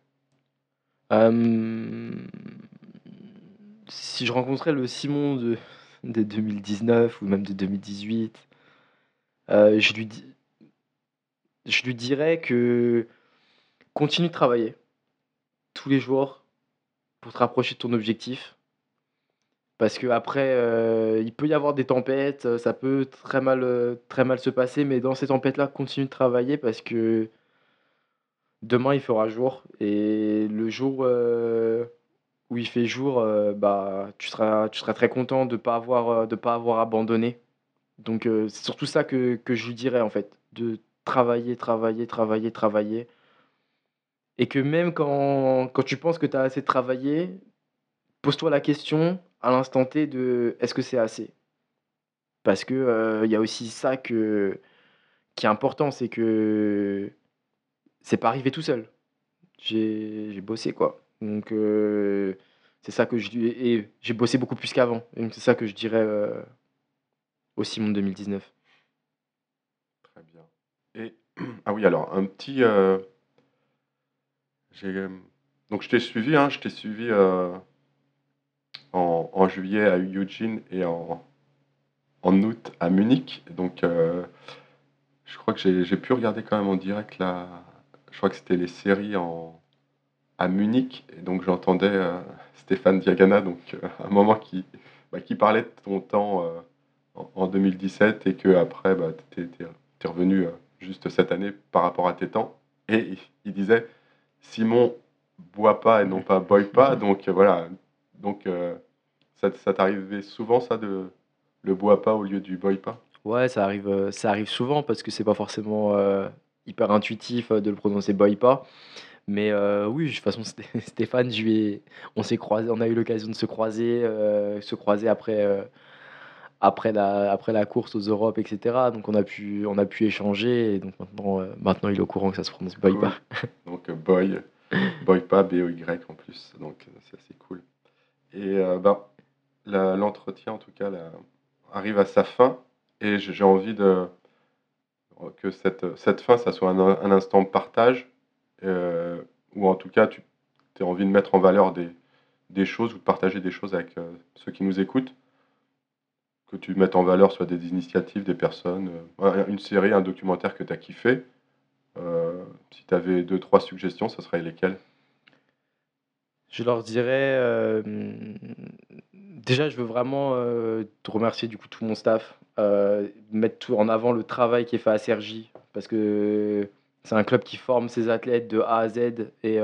Hem, Si je rencontrais le Simon de 2019 ou même de 2018, je lui di je lui dirais que continue de travailler tous les jours pour te rapprocher de ton objectif. Parce qu'après, il peut y avoir des tempêtes, ça peut très mal se passer, mais dans ces tempêtes-là, continue de travailler parce que demain, il fera jour et le jour, où il fait jour, bah, tu seras très content de pas avoir abandonné. Donc c'est surtout ça que je lui dirais, en fait, de travailler, travailler, travailler, travailler et que même quand tu penses que tu as assez travaillé, pose-toi la question à l'instant T de: «Est-ce que c'est assez?» Parce que, il y a aussi ça qui est important, c'est que c'est pas arrivé tout seul. J'ai bossé, quoi. Donc c'est ça que je dis et j'ai bossé beaucoup plus qu'avant. Donc c'est ça que je dirais, au Simon de 2019. Très bien. Et ah oui, alors un petit, j'ai, donc je t'ai suivi en juillet à Eugene et en août à Munich. Donc je crois que j'ai pu regarder quand même en direct là. Je crois que c'était les séries à Munich. Et donc j'entendais Stéphane Diagana, donc à un moment qui parlait de ton temps en 2017 et que après bah, t'es revenu juste cette année par rapport à tes temps. Et il disait Simon boit pas et non pas boit pas. Donc voilà. Donc ça t'arrivait souvent ça de le bois pas au lieu du boy pas? Ouais, ça arrive souvent parce que c'est pas forcément, hyper intuitif, de le prononcer «boy-pas». Mais oui, de toute façon, Stéphane, on s'est croisés, on a eu l'occasion de se croiser après la course aux Europes et cetera. Donc on a pu échanger et donc maintenant il est au courant que ça se prononce «boy-pas». Cool. Donc boy pas, B-O-Y en plus. Donc c'est assez cool. Et ben, l'entretien en tout cas là, arrive à sa fin et j'ai envie que cette fin, ça soit un instant de partage. euh, ou en tout cas tu as envie de mettre en valeur des choses ou de partager des choses avec ceux qui nous écoutent, que tu mettes en valeur soit des initiatives, des personnes, une série, un documentaire que tu as kiffé. Si tu avais deux, trois suggestions, ça serait lesquelles? Je leur dirais, déjà, je veux vraiment, te remercier, du coup, tout mon staff, mettre tout en avant le travail qui est fait à Cergy parce que c'est un club qui forme ses athlètes de A à Z et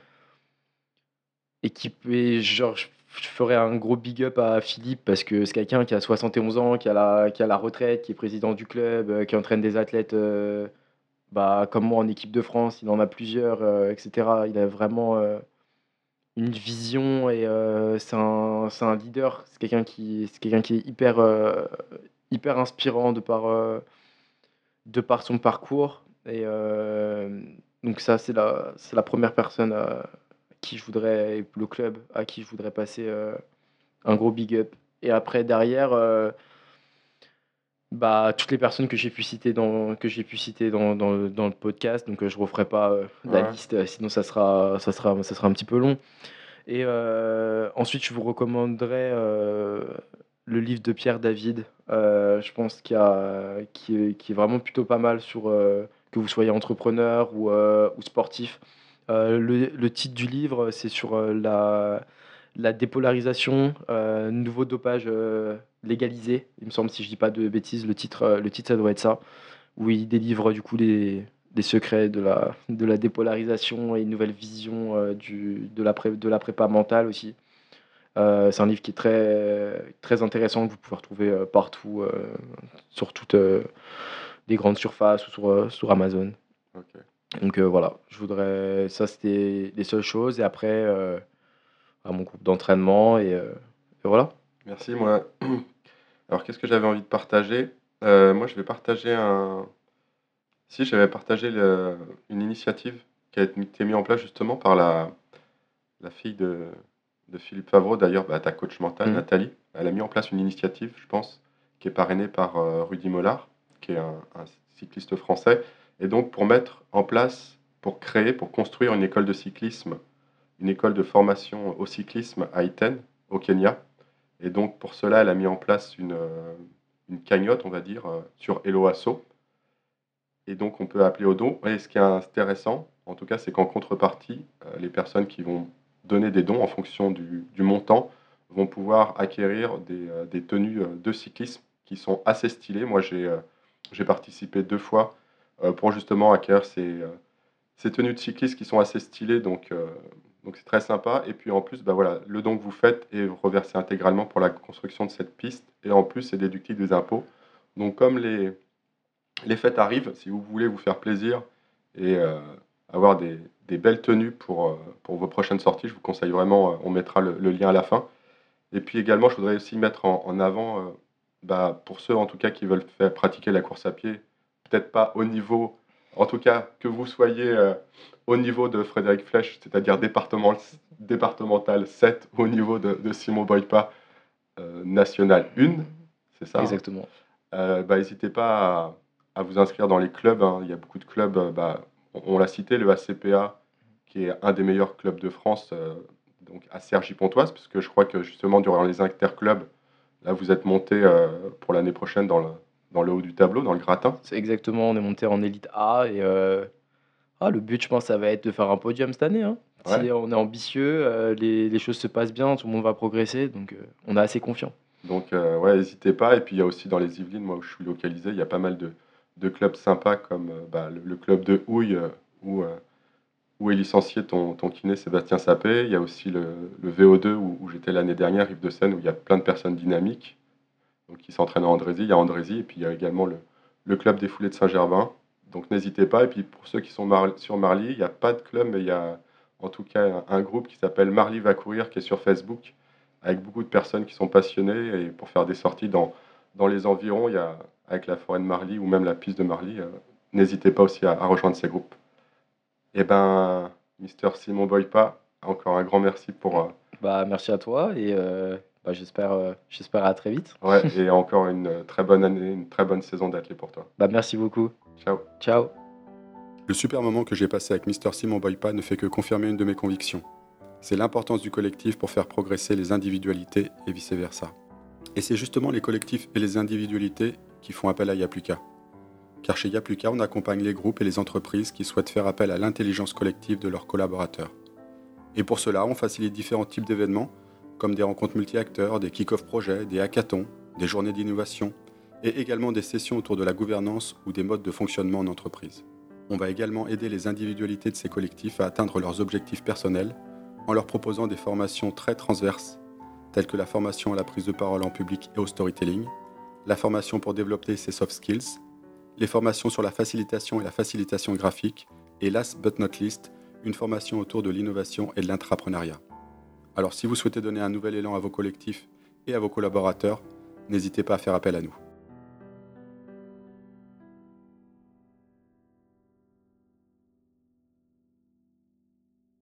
et genre, je ferais un gros big up à Philippe parce que c'est quelqu'un qui a 71 ans, qui a la retraite, qui est président du club, qui entraîne des athlètes, bah, comme moi en équipe de France. Il en a plusieurs, et cetera. Il a vraiment, une vision et c'est un leader. C'est quelqu'un qui est hyper inspirant de par son parcours et donc ça, c'est la première personne qui je voudrais et le club à qui je voudrais passer, un gros big up et après derrière, bah, toutes les personnes que j'ai pu citer dans le podcast donc je referai pas, la Ouais, liste, sinon ça sera un petit peu long. Et ensuite, je vous recommanderais le livre de Pierre David. Je pense qui est vraiment plutôt pas mal sur que vous soyez entrepreneur ou sportif. Le titre du livre, c'est sur la dépolarisation, nouveau dopage légalisé. Il me semble, si je dis pas de bêtises, le titre, ça doit être ça, où il délivre du coup les secrets de la dépolarisation et une nouvelle vision de la prépa mentale aussi. C'est un livre qui est très, très intéressant que vous pouvez retrouver partout, sur toutes les grandes surfaces ou sur Amazon. ok. Donc voilà, ça c'était les seules choses. Et après, à mon groupe d'entraînement et voilà. Merci, moi. Alors, qu'est-ce que j'avais envie de partager? Moi, je vais partager un. Si, j'avais partagé une initiative qui a été mise en place justement par la fille de Philippe Favreau, d'ailleurs, bah, ta coach mentale, Mhm. Nathalie. Elle a mis en place une initiative, je pense, qui est parrainée par Rudy Mollard, qui est un cycliste français. Et donc, pour mettre en place, pour créer, pour construire une école de cyclisme, une école de formation au cyclisme à Iten, au Kenya. Et donc, pour cela, elle a mis en place une cagnotte, on va dire, sur Hello Asso. Et donc, on peut appeler au don. Et ce qui est intéressant, en tout cas, c'est qu'en contrepartie, les personnes qui vont donner des dons en fonction du montant vont pouvoir acquérir des tenues de cyclisme qui sont assez stylées. Moi, j'ai participé 2 fois pour justement acquérir ces tenues de cyclisme qui sont assez stylées. Donc c'est très sympa. Et puis en plus, bah voilà, le don que vous faites est reversé intégralement pour la construction de cette piste. Et en plus, c'est déductible des impôts. Donc comme les fêtes arrivent, si vous voulez vous faire plaisir et avoir des belles tenues pour vos prochaines sorties, je vous conseille vraiment, on mettra le lien à la fin. Et puis également, je voudrais aussi mettre en avant, bah, pour ceux en tout cas qui veulent faire pratiquer la course à pied, peut-être pas au niveau, en tout cas que vous soyez au niveau de Frédéric Flèche, c'est-à-dire départemental 7, au niveau de Simon Boypa, national 1, c'est ça, hein. Exactement. Bah, n'hésitez pas à vous inscrire dans les clubs, hein. Il y a beaucoup de clubs, bah, on l'a cité, le ACPA, qui est un des meilleurs clubs de France, donc à Cergy-Pontoise, puisque je crois que justement durant les interclubs, là vous êtes monté pour l'année prochaine dans le haut du tableau, dans le gratin. C'est exactement, on est monté en élite A et le but, je pense, ça va être de faire un podium cette année, hein. Ouais. Si on est ambitieux, les choses se passent bien, tout le monde va progresser, donc on est assez confiant. Donc ouais, n'hésitez pas. Et puis il y a aussi dans les Yvelines, moi où je suis localisé, il y a pas mal de clubs sympas comme bah, le club de Houille, où est licencié ton kiné Sébastien Sapé. Il y a aussi le VO2 où j'étais l'année dernière, Rive de Seine, où il y a plein de personnes dynamiques donc, qui s'entraînent à Andrézy. Il y a Andrézy et puis il y a également le club des foulées de Saint-Germain. Donc n'hésitez pas. Et puis pour ceux qui sont sur Marly, il n'y a pas de club, mais il y a en tout cas un groupe qui s'appelle Marly va courir qui est sur Facebook avec beaucoup de personnes qui sont passionnées et pour faire des sorties dans les environs, il y a avec la forêt de Marly ou même la piste de Marly. N'hésitez pas aussi à rejoindre ces groupes. Eh ben, Mister Simon Boypa, encore un grand merci pour, Bah, merci à toi et bah, j'espère à très vite. ouais, et encore une très bonne année, une très bonne saison d'athlète pour toi. Bah, merci beaucoup. Ciao. Ciao. Le super moment que j'ai passé avec Mr. Simon Boypa ne fait que confirmer une de mes convictions. C'est l'importance du collectif pour faire progresser les individualités et vice-versa. Et c'est justement les collectifs et les individualités qui font appel à Yapluka. Car chez Yapluka, on accompagne les groupes et les entreprises qui souhaitent faire appel à l'intelligence collective de leurs collaborateurs. Et pour cela, on facilite différents types d'événements, comme des rencontres multi-acteurs, des kick-off projets, des hackathons, des journées d'innovation, et également des sessions autour de la gouvernance ou des modes de fonctionnement en entreprise. On va également aider les individualités de ces collectifs à atteindre leurs objectifs personnels en leur proposant des formations très transverses, telles que la formation à la prise de parole en public et au storytelling, la formation pour développer ses soft skills, les formations sur la facilitation et la facilitation graphique, et last but not least, une formation autour de l'innovation et de l'intrapreneuriat. Alors si vous souhaitez donner un nouvel élan à vos collectifs et à vos collaborateurs, n'hésitez pas à faire appel à nous.